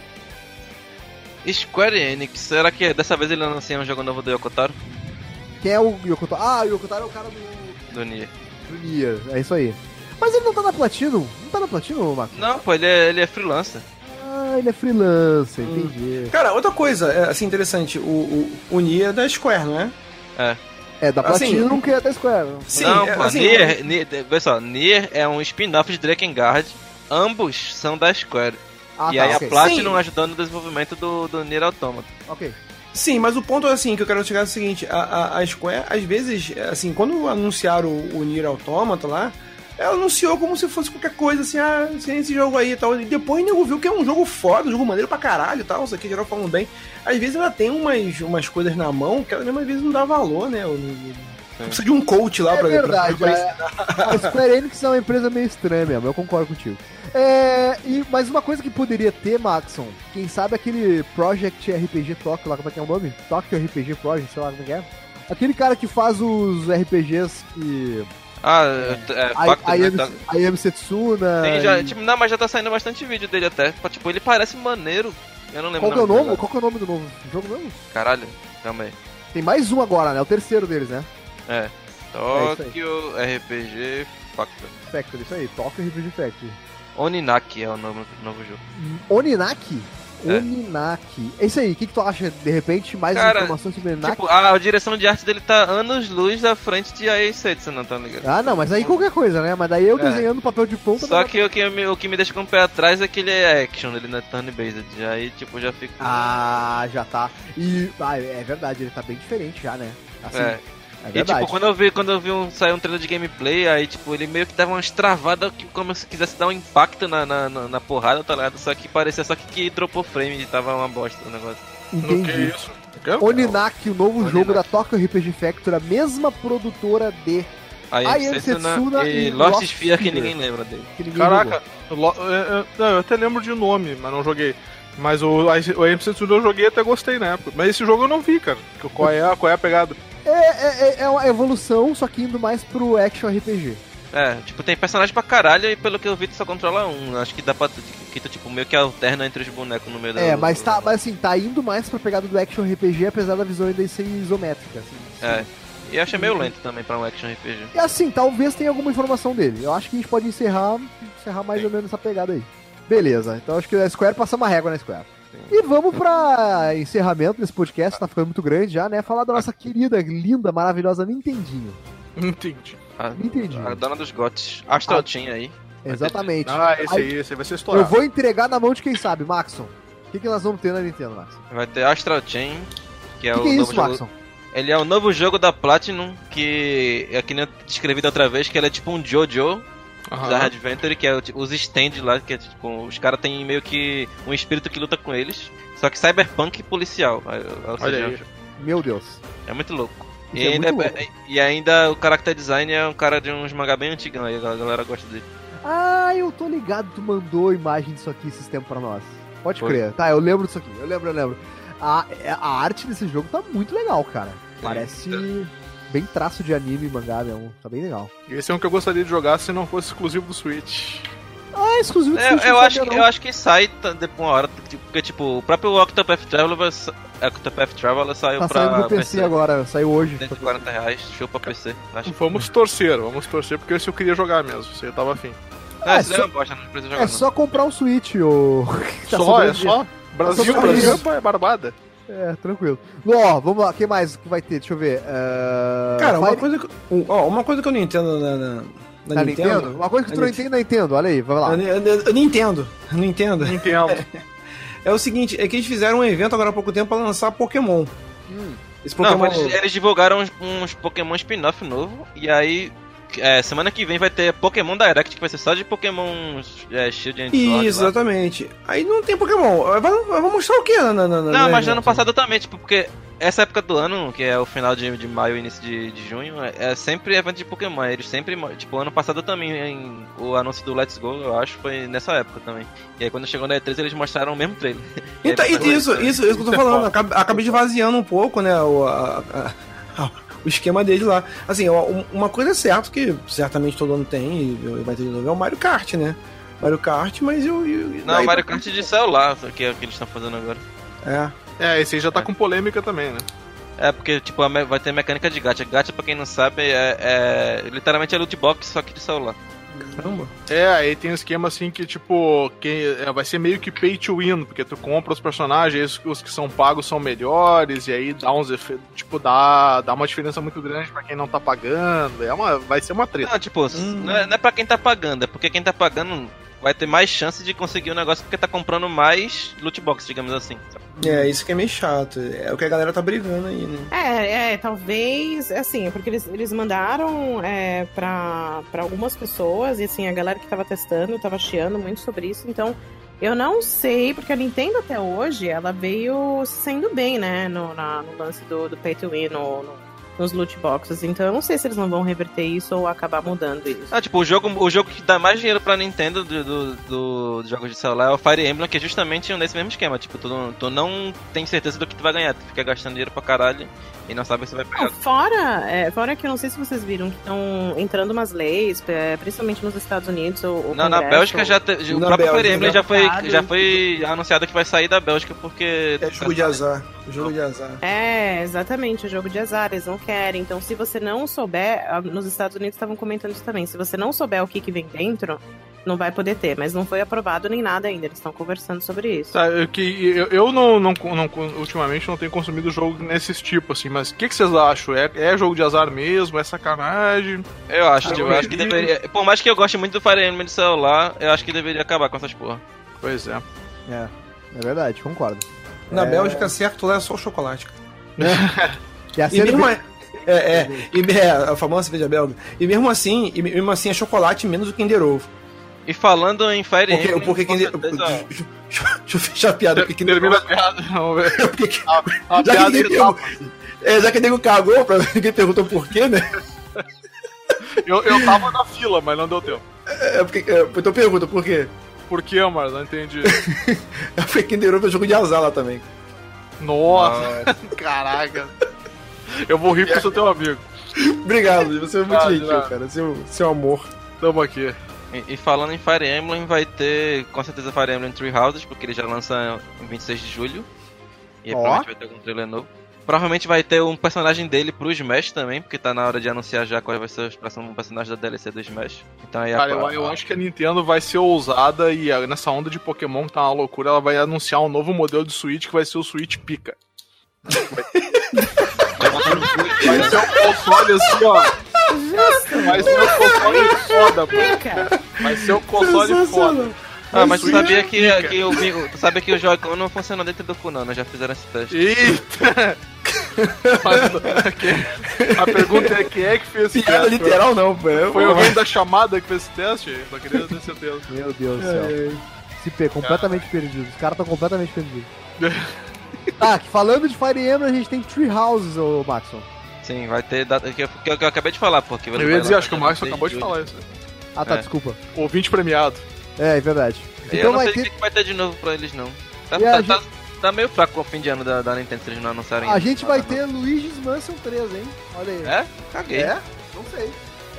Square Enix, será que dessa vez ele anuncia um jogo novo do Yokotaro? Quem é o Yokotaro? O Yokotaro é o cara do Do Nier. Nier, é isso aí. Mas ele não tá na Platinum? Não tá na Platinum, Marcos? Não, pô, ele é freelancer. Ele é freelancer, entendi. Cara, outra coisa, assim, interessante, o Nier é da Square, não é? É. É, da Platinum Assim, que é da Square. Sim, Não, pô, assim, Vê só, Nier é um spin-off de Drakengard. Ambos são da Square. Ah, e tá, aí ok. a Platinum Sim. ajudando no desenvolvimento do Nier Automata. Ok. Sim, mas o ponto assim que eu quero chegar é o seguinte, a Square, às vezes, assim, quando anunciaram o Nier Automata lá, ela anunciou como se fosse qualquer coisa, assim, tem esse jogo aí e tal. E depois o nego viu que é um jogo foda, um jogo maneiro pra caralho e tal, isso aqui geral falando bem. Às vezes ela tem umas coisas na mão que ela mesmo às vezes não dá valor, né? Precisa de um coach lá É pra verdade, pra a Square Enix é uma empresa meio estranha mesmo, eu concordo contigo. Mas uma coisa que poderia ter, Maxon, quem sabe aquele Project RPG Tokyo lá, como é que é o nome? Tokyo RPG Project, sei lá como é que é. Aquele cara que faz os RPGs que... I Am Setsuna... Não, mas já tá saindo bastante vídeo dele até. Tipo, ele parece maneiro. Eu não lembro Qual que é o nome? Qual que é o nome do novo jogo mesmo? Caralho, calma aí. Tem mais um agora, né? O terceiro deles, né? Tokyo RPG Factory, isso aí. Tokyo RPG Factory. Oninaki é o nome do novo jogo. Oninaki? É. Oninaki. É isso aí, o que tu acha? De repente, mais informações sobre Oninaki? Tipo, a direção de arte dele tá anos-luz à frente de AI Setsu, não tá ligado? Ah, não, mas aí qualquer coisa, né? Mas daí eu desenhando papel de ponta... Só que o que me deixa com o pé atrás é que ele é action, ele não é turn-based. Aí, tipo, já fica... Ah, já tá. E... é verdade, ele tá bem diferente já, né? Assim, é e verdade. tipo, quando eu vi saiu um trailer de gameplay, aí tipo, ele meio que dava umas travadas que como se quisesse dar um impacto na porrada, tá ligado? Só que parecia só que dropou frame e tava uma bosta o negócio. Entendi. Que é isso? Oninaki, o novo jogo da Tokyo RPG Factory, a mesma produtora de I Am Setsuna e Lost Sphere, que ninguém lembra dele. Caraca, eu até lembro de nome, mas não joguei. Mas o I Am Setsuna eu joguei e até gostei na época. Mas esse jogo eu não vi, cara. Qual é a pegada? É uma evolução, só que indo mais pro action RPG. Tipo, tem personagem pra caralho e pelo que eu vi tu só controla um. Acho que dá pra... que tu, tipo, meio que alterna entre os bonecos no meio da... Mas assim, tá indo mais pra pegada do action RPG, apesar da visão ainda ser isométrica, assim. E eu achei meio lento também pra um action RPG. E assim, talvez tenha alguma informação dele. Eu acho que a gente pode encerrar mais ou menos essa pegada aí. Beleza, então acho que a Square passa uma régua na Square. E vamos pra encerramento desse podcast, tá ficando muito grande já, né? Falar da nossa querida, linda, maravilhosa Nintendinho. Entendi. A dona dos gotes. Astral Chain aí. Exatamente. Esse aí vai ser estourado. Eu vou entregar na mão de quem sabe, Maxon. O que nós vamos ter na Nintendo, Maxon? Vai ter Astral Chain, que é o que é novo isso, jogo... Maxon? Ele é o novo jogo da Platinum, que é que nem eu descrevi da outra vez, que ele é tipo um JoJo da Adventure, que é os stands lá, que é tipo, os caras têm meio que um espírito que luta com eles, só que cyberpunk policial. Olha aí. Meu Deus. É muito louco. E ainda o character design é um cara de uns mangá bem antigão, aí a galera gosta dele. Ah, eu tô ligado, tu mandou imagem disso aqui esses tempos pra nós. Pode crer. Tá, eu lembro disso aqui, eu lembro. A arte desse jogo tá muito legal, cara. Parece bem traço de anime e mangá mesmo. Tá bem legal. Esse é um que eu gostaria de jogar se não fosse exclusivo do Switch. Exclusivo do Switch. Eu acho que sai depois uma hora, porque tipo, o próprio Octopath Traveler saiu tá pra saindo no PC agora, saiu hoje. R$140, show pra PC. Vamos torcer, porque esse eu queria jogar mesmo, se eu tava afim. É só comprar um Switch, ou... só? Brasil é barbada. É, tranquilo. Ó, vamos lá, o que mais que vai ter? Deixa eu ver. Cara, uma coisa que eu não entendo na Nintendo. Uma coisa que tu não entende na Nintendo, olha aí, vai lá. Eu não entendo. É o seguinte, é que eles fizeram um evento agora há pouco tempo pra lançar Pokémon. Esse Pokémon... Não, eles divulgaram uns Pokémon spin-off novo, e aí... semana que vem vai ter Pokémon Direct, que vai ser só de Pokémon Shield and Sword. Isso, exatamente. Aí não tem Pokémon. Vai mostrar o que? Não, mas ano passado também, tipo, porque essa época do ano, que é o final de maio e início de junho, é sempre evento de Pokémon. Eles sempre, tipo, ano passado também, o anúncio do Let's Go, eu acho, foi nessa época também. E aí quando chegou na E3, eles mostraram o mesmo trailer. Então, isso que eu tô falando. Acabei esvaziando um pouco, né, o esquema dele lá. Assim, uma coisa é certa que certamente todo ano tem e vai ter de novo, é o Mario Kart, né? Mario Kart, mas Não, Mario Kart de celular, que é o que eles estão fazendo agora. Esse aí já tá com polêmica também, né? Porque, tipo, vai ter mecânica de gacha. Gacha, pra quem não sabe, literalmente é loot box, só que de celular. Caramba. Aí tem um esquema assim que, tipo, vai ser meio que pay to win, porque tu compra os personagens, os que são pagos são melhores, e aí dá uns efeitos, tipo, dá uma diferença muito grande pra quem não tá pagando. Vai ser uma treta. Não, tipo, não é pra quem tá pagando, é porque quem tá pagando vai ter mais chance de conseguir o negócio porque tá comprando mais loot box, digamos assim. Isso que é meio chato. É o que a galera tá brigando aí, né? Talvez, assim, porque eles mandaram pra algumas pessoas, e assim, a galera que tava testando tava chiando muito sobre isso, então eu não sei, porque a Nintendo até hoje, ela veio saindo bem, né, no lance do pay to win, nos loot boxes, então eu não sei se eles não vão reverter isso ou acabar mudando isso. Tipo, o jogo que dá mais dinheiro pra Nintendo do jogos de celular é o Fire Emblem, que é justamente nesse mesmo esquema, tipo, tu não tem certeza do que tu vai ganhar, tu fica gastando dinheiro pra caralho e não sabe se vai pegar. Fora que eu não sei se vocês viram que estão entrando umas leis, principalmente nos Estados Unidos ou não, na Bélgica o próprio Fire Emblem já foi anunciado que vai sair da Bélgica porque... É jogo de azar. Jogo de azar. Exatamente, o jogo de azar, eles não querem. Então, se você não souber, nos Estados Unidos estavam comentando isso também, se você não souber o que vem dentro, não vai poder ter, mas não foi aprovado nem nada ainda, eles estão conversando sobre isso. Eu ultimamente não tenho consumido jogo nesses tipos, assim, mas o que vocês acham? É jogo de azar mesmo? É sacanagem? Eu acho que deveria... Por mais que eu goste muito do Fire Emblem de celular, eu acho que deveria acabar com essas porra. Pois é. É verdade, concordo. Na Bélgica, certo, lá é só o chocolate. E a famosa cerveja belga. E mesmo assim é chocolate menos o Kinder Ovo. E falando em Fire Emblem... Porque Kinder... Deixa eu fechar a piada. Porque termina a piada. Vamos ver. A piada já que o nego cagou, ninguém perguntou por quê, né? Eu tava na fila, mas não deu tempo. Então pergunta, por quê? Por quê, mano? Não entendi. É porque Kinder Ovo é jogo de azar lá também. Nossa, caraca. Eu vou rir porque eu sou teu amigo. Obrigado, você é muito gentil, cara. Seu amor. Tamo aqui. E falando em Fire Emblem, vai ter com certeza Fire Emblem Three Houses, porque ele já lança em 26 de julho. E provavelmente vai ter algum trailer novo. Provavelmente vai ter um personagem dele pro Smash também, porque tá na hora de anunciar já qual vai ser o próximo personagem da DLC do Smash. Então aí eu acho que a Nintendo vai ser ousada e nessa onda de Pokémon que tá uma loucura, ela vai anunciar um novo modelo de Switch que vai ser o Switch Pica. Vai ser um console assim, ó. Vai ser um console foda, mano. Vai ser um console foda. Mas tu sabia tu sabia que o Joy-Con não funciona dentro do cu, não, já fizeram esse teste. Eita! A pergunta é quem é que fez esse teste? Literal não, foi alguém da chamada que fez esse teste? Só queria ter certeza. Meu Deus do céu. Se completamente perdido. Os caras estão completamente perdidos. Falando de Fire Emblem, a gente tem Three Houses, ô Maxon. Sim, vai ter data que eu acabei de falar, porque... Eu ia dizer, acho que o Maxon acabou de falar isso. Desculpa. Ouvinte premiado. É verdade. Então eu não sei o que vai ter de novo pra eles, não. Tá meio fraco o fim de ano da Nintendo se eles não anunciarem. A gente vai ter Luigi's Mansion 3, hein? Olha aí. Caguei. Não sei.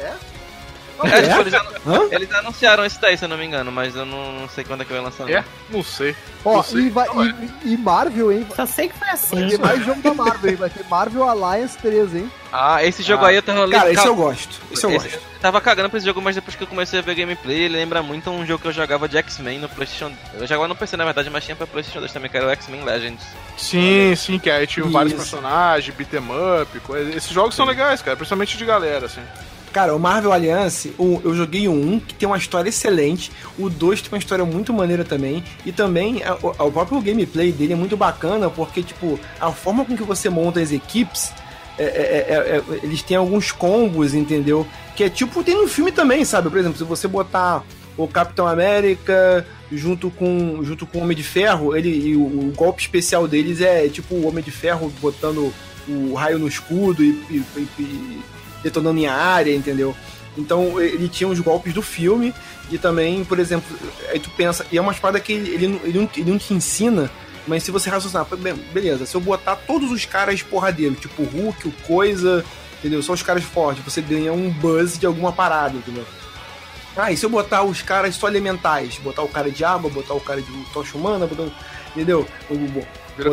Eles anunciaram isso daí, se eu não me engano, mas eu não sei quando é que vai lançar. Não sei. E Marvel, hein? Só sei que foi assim. Vai ter mais jogo da Marvel, hein? Vai ter Marvel Alliance 3, hein? Esse jogo aí eu tava... Cara, esse eu gosto. Eu tava cagando pra esse jogo, mas depois que eu comecei a ver gameplay, ele lembra muito um jogo que eu jogava de X-Men no PlayStation... Eu jogava no PC, na verdade, mas tinha pra PlayStation 2 também, que era o X-Men Legends. Sim, que aí tinha vários personagens, beat'em up, coisa. Esses jogos são legais, cara, principalmente de galera, assim. Cara, o Marvel Alliance, eu joguei o 1, que tem uma história excelente, o 2 tem uma história muito maneira também, e também o próprio gameplay dele é muito bacana, porque, tipo, a forma com que você monta as equipes, eles têm alguns combos, entendeu? Que é tipo, tem no filme também, sabe? Por exemplo, se você botar o Capitão América junto com o Homem de Ferro, o golpe especial deles é tipo o Homem de Ferro botando o raio no escudo e detonando em área, entendeu? Então ele tinha os golpes do filme e também, por exemplo, aí tu pensa, e é uma espada que ele não te ensina, mas se você raciocinar, beleza, se eu botar todos os caras porradeiros, tipo o Hulk, o Coisa, entendeu? Só os caras fortes, você ganha um buzz de alguma parada, entendeu? E se eu botar os caras só elementais, botar o cara de água, botar o cara de tocha humana, entendeu?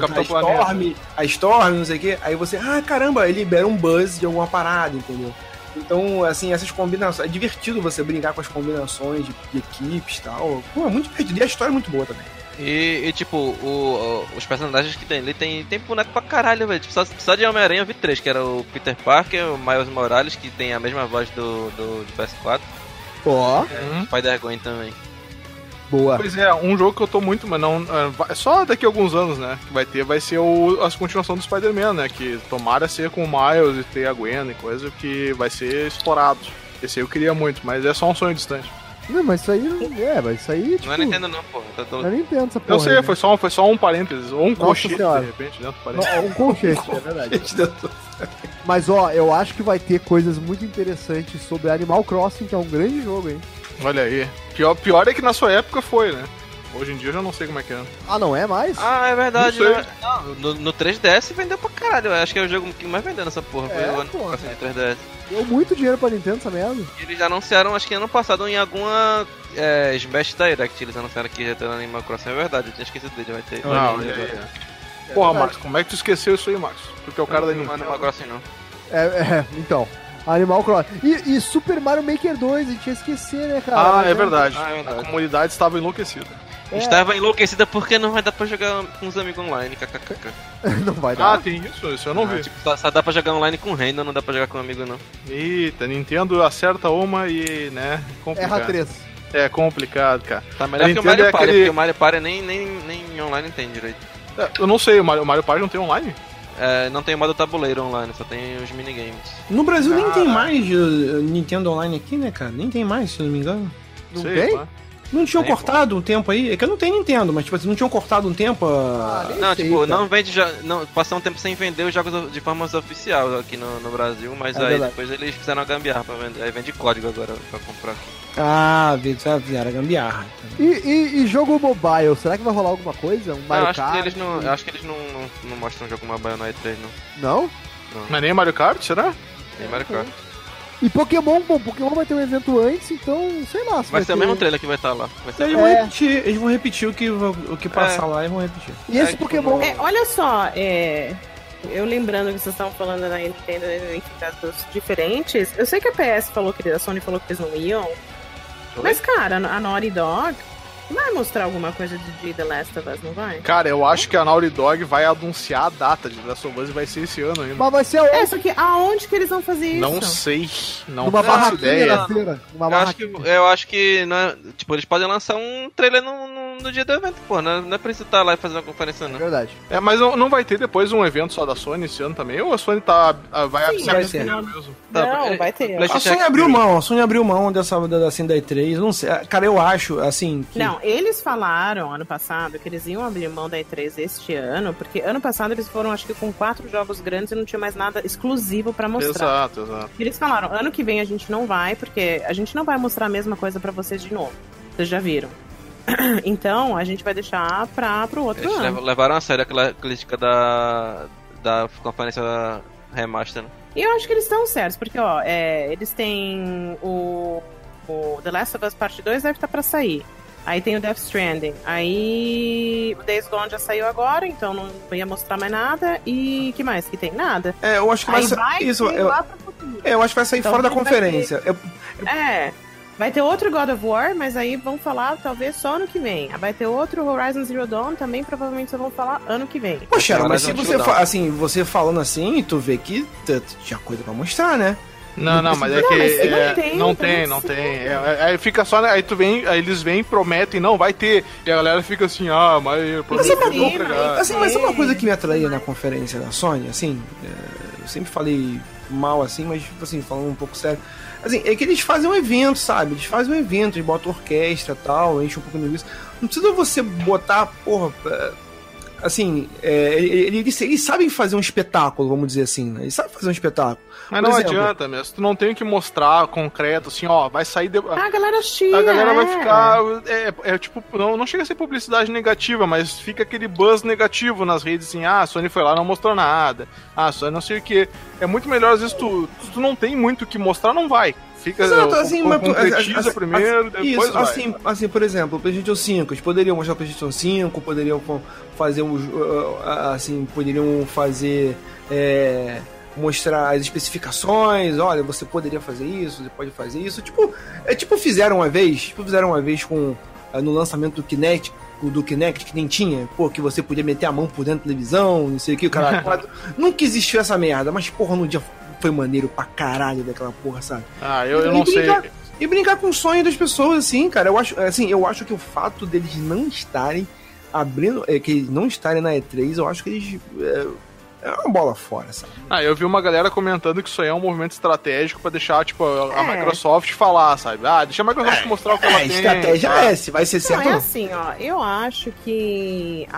A Storm, não sei o que, aí você, caramba, ele libera um buzz de alguma parada, entendeu? Então, assim, essas combinações... É divertido você brincar com as combinações de equipes e tal. Pô, é muito divertido. E a história é muito boa também. E tipo, os personagens que tem ali tem boneco pra caralho, velho. Tipo, só de Homem-Aranha eu vi 3, que era o Peter Parker, o Miles Morales, que tem a mesma voz do PS4. Ó. Spider-Gwen também. Boa. Pois é, um jogo que eu tô muito, mas não... É só daqui a alguns anos, né? Que vai ser a continuação do Spider-Man, né? Que tomara ser com o Miles e ter a Gwen e coisa que vai ser explorado. Esse aí eu queria muito, mas é só um sonho distante. Não, mas isso aí não é, mas isso aí, tipo... Não é Nintendo não, porra. Não é Nintendo essa porra. Eu sei, aí, foi só um parênteses, ou um colchete, senhora. de repente, dentro do parênteses. Não, um colchete, é verdade. Mas, ó, eu acho que vai ter coisas muito interessantes sobre Animal Crossing, que é um grande jogo, hein? Olha aí. Pior é que na sua época foi, né? Hoje em dia eu já não sei como é que é. Ah, não é mais? Ah, é verdade. Não sei. Não, no 3DS vendeu pra caralho. Eu acho que é o jogo que mais vendeu nessa porra. Foi o porra. Crossing de 3DS. Deu muito dinheiro pra Nintendo essa merda. Eles já anunciaram, acho que ano passado, em alguma Smash Direct. Eles anunciaram que já tem Animal Crossing. É verdade, eu tinha esquecido dele, vai ter. Ah, olha aí. Porra, Marcos, como é que tu esqueceu isso aí, Marcos? Tu é o cara da Nintendo. Não é Animal Crossing, não. Então. Animal Crossing. E Super Mario Maker 2, a gente ia esquecer, né, cara? É verdade. Ah, é verdade. A comunidade estava enlouquecida. Estava enlouquecida porque não vai dar pra jogar com os amigos online, kkkk. Não vai dar. Ah, tem isso eu não vi. Tipo, só dá pra jogar online com renda, não dá pra jogar com amigo, não. Eita, Nintendo acerta uma e, né, complicado. Erra 3. É complicado, cara. Tá melhor que o Mario Party, porque o Mario Party nem online tem direito. Eu não sei, o Mario Party não tem online? Não tem o modo tabuleiro online, só tem os minigames. No Brasil nem tem mais Nintendo Online aqui, né, cara? Nem tem mais, se eu não me engano. Não tem? Pá. Não tinham cortado um tempo aí? É que eu não tenho Nintendo, mas tipo assim, não tinham cortado um tempo Não, tipo, não vende já. Não, passou um tempo sem vender os jogos de forma oficial aqui no Brasil, mas aí verdade. depois eles fizeram a gambiarra pra vender. Aí vende código agora pra comprar aqui. Fizeram a gambiarra. E jogo mobile, será que vai rolar alguma coisa? Um Mario Kart? Eu acho que eles não mostram um jogo mobile na E3, não. Não? Mas nem Mario Kart, será? Tem Mario Kart. E Pokémon, Pokémon vai ter um evento antes, então, sei lá. Vai ser o mesmo trailer que vai estar lá. Vai ser Eles vão repetir o que passar lá e vão repetir. E esse Pokémon... olha só, eu lembrando que vocês estavam falando da Nintendo em casos diferentes, eu sei que a PS falou que a Sony falou que eles não iam, mas cara, a Naughty Dog vai mostrar alguma coisa de The Last of Us, não vai? Cara, eu acho que a Naughty Dog vai anunciar a data de The Last of Us e vai ser esse ano ainda. Mas vai ser onde? Só que aonde que eles vão fazer isso? Não sei, não Numa faço barraquinha ideia. na feira. Eu acho que não é, tipo, eles podem lançar um trailer no dia do evento, pô. Não é preciso estar lá e fazer uma conferência, não. É verdade. Mas não vai ter depois um evento só da Sony esse ano também? Ou a Sony vai vai ter. mesmo? Não, vai ter. A Sony abriu mão da E3, não sei. Cara, eu acho, assim... Que... Não, eles falaram ano passado que eles iam abrir mão da E3 este ano, porque ano passado eles foram, acho que com 4 jogos grandes e não tinha mais nada exclusivo pra mostrar. Exato. E eles falaram, ano que vem a gente não vai, porque a gente não vai mostrar a mesma coisa pra vocês de novo. Vocês já viram. Então, a gente vai deixar pro outro eles ano. Levaram a sério aquela crítica da conferência da Remaster, né? E eu acho que eles estão certos, porque, ó, eles têm o The Last of Us Part 2 deve estar pra sair. Aí tem o Death Stranding. Aí o Days Gone já saiu agora, então não ia mostrar mais nada. E que mais que tem? Nada. Eu acho que vai sair. Isso, eu acho que vai sair então, fora da conferência. Vai ter outro God of War, mas aí vão falar talvez só ano que vem. Vai ter outro Horizon Zero Dawn, também provavelmente só vão falar ano que vem. Poxa, mas se você falando assim, tu vê que tinha coisa pra mostrar, né? Não, mas é que não tem. Aí fica só, né? Aí tu vem, aí eles vêm, prometem, não, vai ter. E a galera fica assim, mas é uma coisa que me atraía na conferência da Sony, assim, eu sempre falei mal assim, mas assim, falando um pouco sério. Assim, é que eles fazem um evento, sabe? Eles fazem um evento, eles botam orquestra e tal, enchem um pouco de linguiça. Não precisa você botar, assim, eles sabem fazer um espetáculo, vamos dizer assim, né? Eles sabem fazer um espetáculo. Mas não adianta mesmo, tu não tem que mostrar concreto, assim, ó, vai sair... A galera chia, a galera vai ficar... tipo, não chega a ser publicidade negativa, mas fica aquele buzz negativo nas redes, assim, a Sony foi lá, não mostrou nada, a Sony não sei o que. É muito melhor, às vezes, tu não tem muito o que mostrar, não vai. Fica, exato, assim, concretiza primeiro, depois isso, vai. Assim, por exemplo, o PlayStation 5, eles poderiam mostrar o PlayStation 5, poderiam fazer mostrar as especificações, olha, você poderia fazer isso, você pode fazer isso, fizeram uma vez com no lançamento do Kinect, que nem tinha, que você podia meter a mão por dentro da televisão, não sei o que, o cara. Nunca existiu essa merda, mas porra, no dia foi maneiro pra caralho daquela porra, sabe? Eu não sei. E brincar com o sonho das pessoas, assim, cara. Eu acho que o fato deles não estarem abrindo, que eles não estarem na E3, eu acho que eles é uma bola fora, sabe? Eu vi uma galera comentando que isso aí é um movimento estratégico pra deixar, a Microsoft falar, sabe? Deixa a Microsoft mostrar o que ela tem. Estratégia se vai ser certo. Não, é assim, ó, eu acho que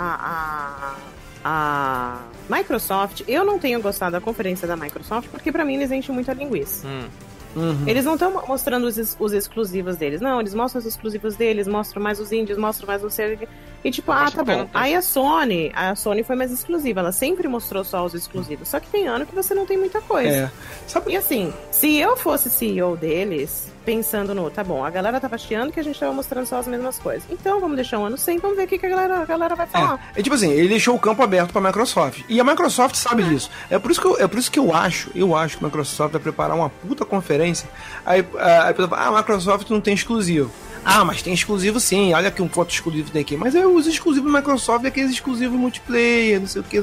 a Microsoft, eu não tenho gostado da conferência da Microsoft, porque pra mim eles enchem muita linguiça. Uhum. Eles não estão mostrando os exclusivos deles. Não, eles mostram os exclusivos deles, mostram mais os indies, mostram mais o seu. E tá bom. Aí a Sony foi mais exclusiva. Ela sempre mostrou só os exclusivos. Só que tem ano que você não tem muita coisa. E assim, se eu fosse CEO deles, pensando tá bom, a galera tava chiando que a gente tava mostrando só as mesmas coisas. Então vamos deixar um ano sem, vamos ver o que a galera vai falar. É tipo assim, ele deixou o campo aberto pra Microsoft. E a Microsoft sabe disso. É por isso que eu acho que a Microsoft vai preparar uma puta conferência. Aí a pessoa fala, a Microsoft não tem exclusivo. Mas tem exclusivo sim, olha aqui um ponto exclusivo tem aqui. Mas os exclusivos da Microsoft é aqueles exclusivos multiplayer, não sei o que,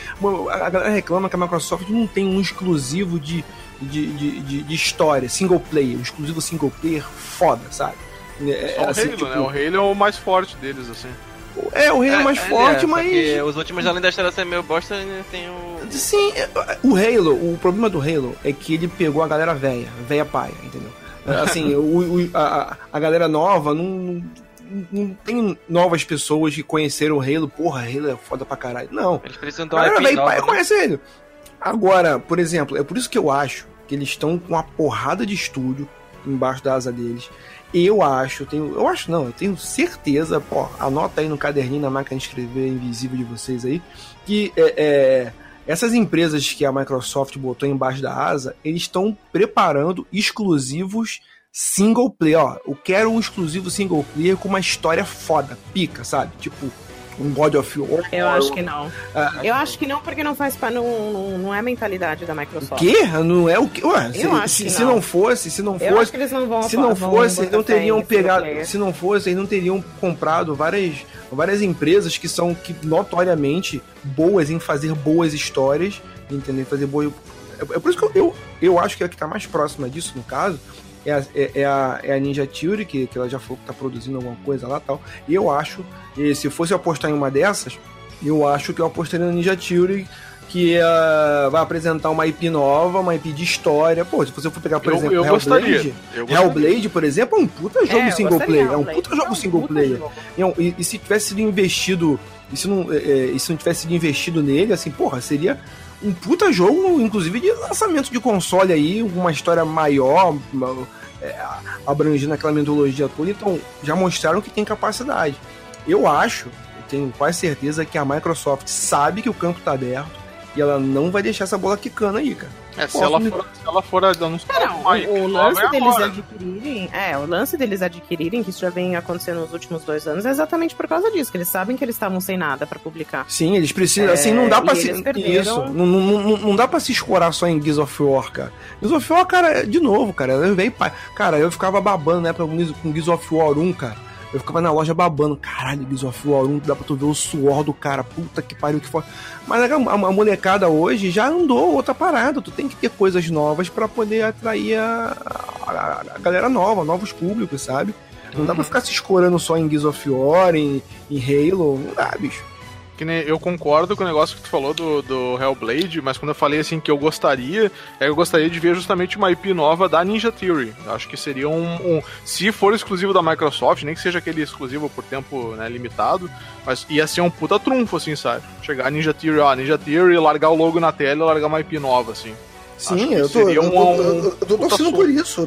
a galera reclama que a Microsoft não tem um exclusivo de história, single player, um exclusivo single player foda, sabe? Só o Halo, né? O Halo é o mais forte deles, assim. O Halo é mais forte, mas... Os últimos, além da história ser meio bosta, tem o... Sim, o Halo, o problema do Halo é que ele pegou a galera velha paia, entendeu? Assim, a galera nova não tem novas pessoas que conheceram o Halo. Porra, Halo é foda pra caralho. Não. Eles precisam a galera velha paia conhece ele. Agora, por exemplo, é por isso que eu acho que eles estão com uma porrada de estúdio embaixo da asa deles. Eu tenho certeza, anota aí no caderninho, na máquina de escrever invisível de vocês aí, que essas empresas que a Microsoft botou embaixo da asa, eles estão preparando exclusivos single player. Eu quero um exclusivo single player com uma história foda, pica, sabe? Tipo, um God of War. Eu acho que não. Eu acho que não, porque não faz não é a mentalidade da Microsoft. O quê? Não é o quê? Se não fosse, eu acho que eles não vão. Se não fosse, eles não teriam pegado. Se não fosse, eles não teriam comprado várias empresas que são notoriamente boas em fazer boas histórias, entendeu? Fazer boas. É por isso que eu acho que a que tá mais próxima disso, no caso, é a Ninja Theory, que ela já falou que tá produzindo alguma coisa lá e tal. E eu acho, se fosse eu apostar em uma dessas, eu acho que eu apostaria na Ninja Theory, que vai apresentar uma IP nova, uma IP de história. Se você for pegar, por exemplo, Hellblade, por exemplo, é um puta jogo single player. É um puta jogo single player. E se tivesse sido investido, e se não tivesse sido investido nele, assim, seria um puta jogo, inclusive de lançamento de console aí, uma história maior, abrangendo aquela metodologia toda. Então, já mostraram que tem capacidade. Eu tenho quase certeza que a Microsoft sabe que o campo tá aberto e ela não vai deixar essa bola quicando aí, cara. Se ela for anunciar o lance deles adquirirem, o lance deles adquirirem, que isso já vem acontecendo nos últimos 2 anos, é exatamente por causa disso, que eles sabem que eles estavam sem nada pra publicar. Sim, eles precisam, assim, não dá pra se... Isso, não dá pra se escorar só em Gears of War, cara. Gears of War, cara, de novo, cara, eu ficava babando, né, com Gears of War 1, cara. Eu ficava na loja babando, caralho, Gears of War 1, dá pra tu ver o suor do cara, puta que pariu, que foda. Mas a molecada hoje já andou outra parada, tu tem que ter coisas novas pra poder atrair a galera nova, novos públicos, sabe? Não dá pra ficar se escorando só em Gears of War, em Halo, não dá, bicho. Que nem eu concordo com o negócio que tu falou do Hellblade, mas quando eu falei assim que eu gostaria de ver justamente uma IP nova da Ninja Theory. Eu acho que seria se for exclusivo da Microsoft, nem que seja aquele exclusivo por tempo, né, limitado, mas ia ser um puta trunfo, assim, sabe? Chegar a Ninja Theory, largar o logo na tela e largar uma IP nova, assim. Sim, eu tô torcendo por isso.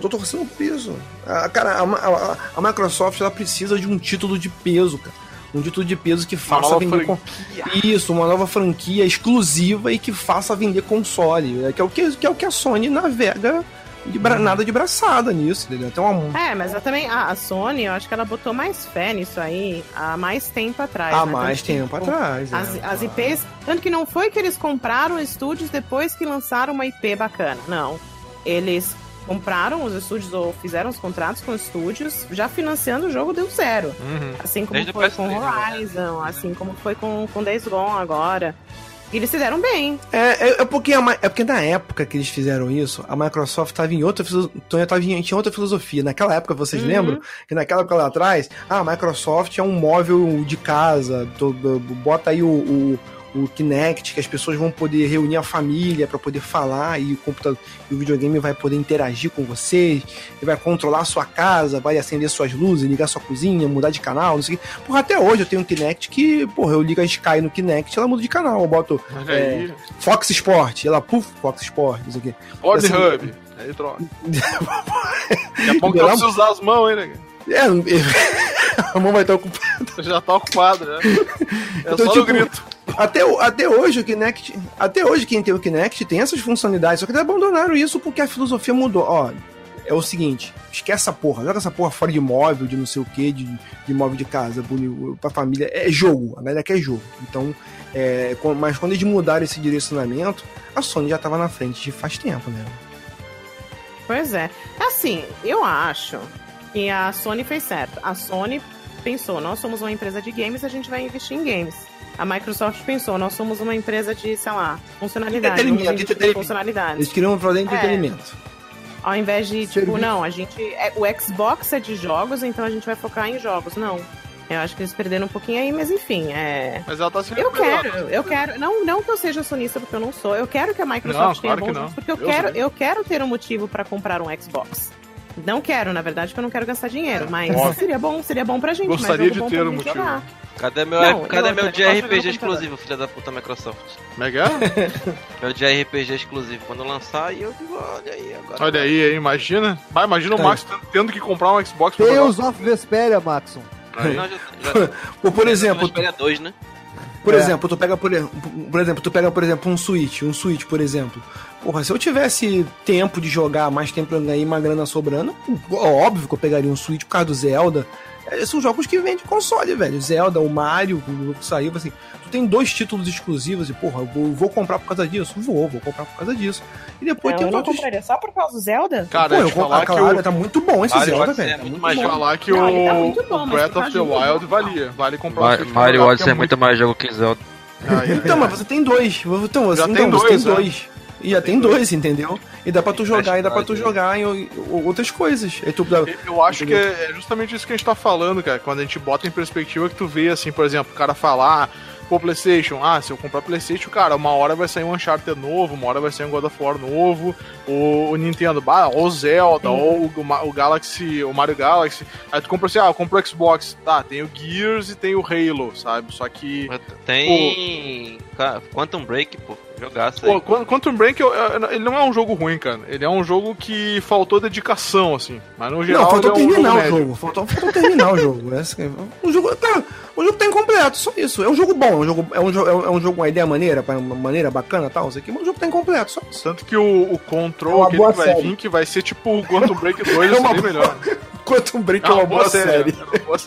Cara, a Microsoft, ela precisa de um título de peso, cara. Um título de peso que faça vender uma nova franquia exclusiva e que faça vender console. Que é o que a Sony navega nada de braçada nisso, entendeu? Então, mas eu também, a Sony, eu acho que ela botou mais fé nisso aí há mais tempo atrás. Há mais tempo atrás. As IPs, tanto que não foi que eles compraram estúdios depois que lançaram uma IP bacana, não. Eles compraram os estúdios ou fizeram os contratos com estúdios, já financiando o jogo deu zero. Assim como foi com Horizon, assim como foi com Days Gone agora. E eles fizeram bem. É porque na época que eles fizeram isso, a Microsoft estava em tinha outra filosofia. Naquela época, vocês lembram? Que naquela época lá atrás, a Microsoft é um móvel de casa, bota aí o Kinect, que as pessoas vão poder reunir a família para poder falar e o videogame vai poder interagir com vocês, ele vai controlar a sua casa, vai acender suas luzes, ligar sua cozinha, mudar de canal, não sei o que. Porra, até hoje eu tenho um Kinect que, eu ligo a Sky no Kinect, ela muda de canal, eu boto Fox Sport, ela Fox Sport, não sei o que. Pornhub, aí troca. Daqui a pouco eu preciso usar as mãos, hein, né? A mão vai estar ocupada. Já tá ocupada, né? Então, só no grito. Até hoje o Kinect. Até hoje quem tem o Kinect tem essas funcionalidades. Só que eles abandonaram isso porque a filosofia mudou. Ó, é o seguinte: esquece essa porra, joga essa porra fora de móvel, de não sei o que, de móvel de casa, pra família. É jogo, a galera quer jogo. Então, mas quando eles mudaram esse direcionamento, a Sony já tava na frente faz tempo, né? Pois é. Assim, eu acho que a Sony fez certo. A Sony pensou, nós somos uma empresa de games, a gente vai investir em games. A Microsoft pensou, nós somos uma empresa de, sei lá, funcionalidade. Funcionalidade. Eles queriam fazer entretenimento. Ao invés de, não, a gente... o Xbox é de jogos, então a gente vai focar em jogos. Não. Eu acho que eles perderam um pouquinho aí, mas enfim, Mas ela tá se eu quero... Não que eu seja sonista, porque eu não sou. Eu quero que a Microsoft tenha bons jogos, porque eu quero ter um motivo pra comprar um Xbox. Não quero, na verdade, porque eu não quero gastar dinheiro, mas seria bom pra gente. Gostaria de ter um motivo. Jogar. Cadê meu JRPG exclusivo, filha da puta Microsoft? Como é que é? Meu JRPG exclusivo. Quando lançar, aí eu digo, olha aí agora. Olha aí, imagina. Imagina o Max tendo que comprar um Xbox pra Tales of Vesperia, Maxon. Ou, por exemplo... Vesperia 2, né? Por exemplo, tu pega, por exemplo, um Switch, por exemplo. Porra, se eu tivesse tempo de jogar, mais tempo pra ganhar uma grana sobrando, óbvio que eu pegaria um Switch por causa do Zelda. São jogos que vendem console, velho. Zelda, o Mario, o que saiu, assim. Tu tem 2 títulos exclusivos e, porra, eu vou comprar por causa disso? Vou comprar por causa disso. E depois tem outros... compraria só por causa do Zelda? Cara, eu falar que tá muito bom esse Zelda, velho. Mas falar que o Breath of the Wild vale comprar o Mario Odyssey é muito mais jogo que Zelda. Então, mas você tem 2. Então, você tem 2. E já tem 2, entendeu? E dá pra tu jogar, em outras coisas. Eu acho que é justamente isso que a gente tá falando, cara. Quando a gente bota em perspectiva que tu vê, assim, por exemplo, o cara falar, pô, PlayStation, se eu comprar PlayStation, cara, uma hora vai sair um Uncharted novo, uma hora vai sair um God of War novo, o Nintendo, ou o Zelda, ou o Galaxy, o Mario Galaxy. Aí tu compra assim, eu compro o Xbox, tá, tem o Gears e tem o Halo, sabe? Só que... Tem... Quantum Break, pô. Jogaço aí. Quantum Break, ele não é um jogo ruim, cara. Ele é um jogo que faltou dedicação, assim. Mas no geral. Não, faltou terminar o jogo. Faltou terminar o jogo. O jogo tá incompleto, só isso. É um jogo bom, é um jogo, uma ideia maneira bacana e tal, isso aqui, mas o jogo tá incompleto, só isso. Tanto que o Control, aquele que vai vir, que vai ser tipo o Quantum Break 2, é bem melhor. Quantum Break é uma boa série.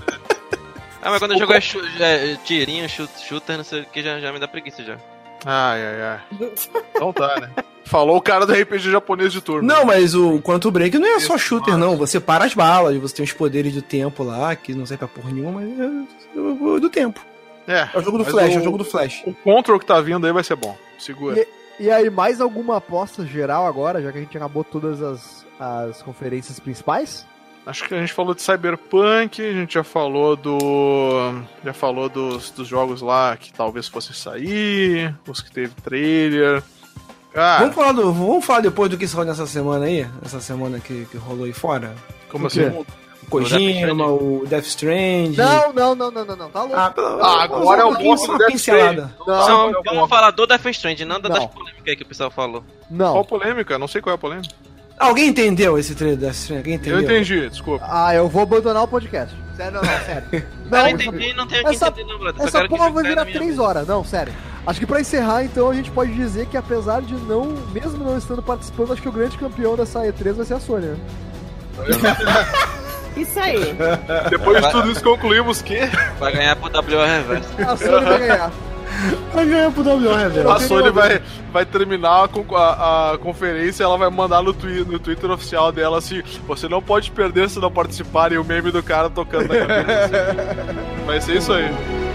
Mas quando eu jogo tirinho, shooter, não sei o que, já me dá preguiça já. Ai. Então tá, né? Falou o cara do RPG japonês de turno. Não, mas o Quantum Break não é só shooter, não. Você para as balas, você tem os poderes do tempo lá, que não serve pra porra nenhuma, mas é do tempo. É o jogo do Flash, O Control que tá vindo aí vai ser bom. Segura. E aí, mais alguma aposta geral agora, já que a gente acabou todas as conferências principais? Acho que a gente falou de Cyberpunk, a gente já falou dos jogos lá que talvez fossem sair, os que teve trailer. Vamos falar depois do que saiu nessa semana aí? Essa semana que rolou aí fora? Como assim? O Kojima, o Death Stranding. Não, tá louco. Agora é o boss do Death Stranding. Vamos falar do Death Stranding, não das polêmicas aí que o pessoal falou. Não. Qual polêmica? Não sei qual é a polêmica. Alguém entendeu esse trailer da Death Stranding? Alguém entendeu? Eu entendi, desculpa. Eu vou abandonar o podcast. Sério. Não entendi, não tenho que entender não, brother. Essa porra vai virar 3 horas. Não, sério. Acho que pra encerrar, então, a gente pode dizer que apesar de mesmo não estando participando, acho que o grande campeão dessa E3 vai ser a Sony, né? Isso aí. Depois de tudo isso, concluímos que Vai ganhar pro WO Reverso. A Sony vai ganhar. Vai ganhar pro WO Reverso. a Sony vai terminar a conferência e ela vai mandar no Twitter oficial dela assim: você não pode perder se não participar, e o meme do cara tocando na cabeça. Vai ser isso aí.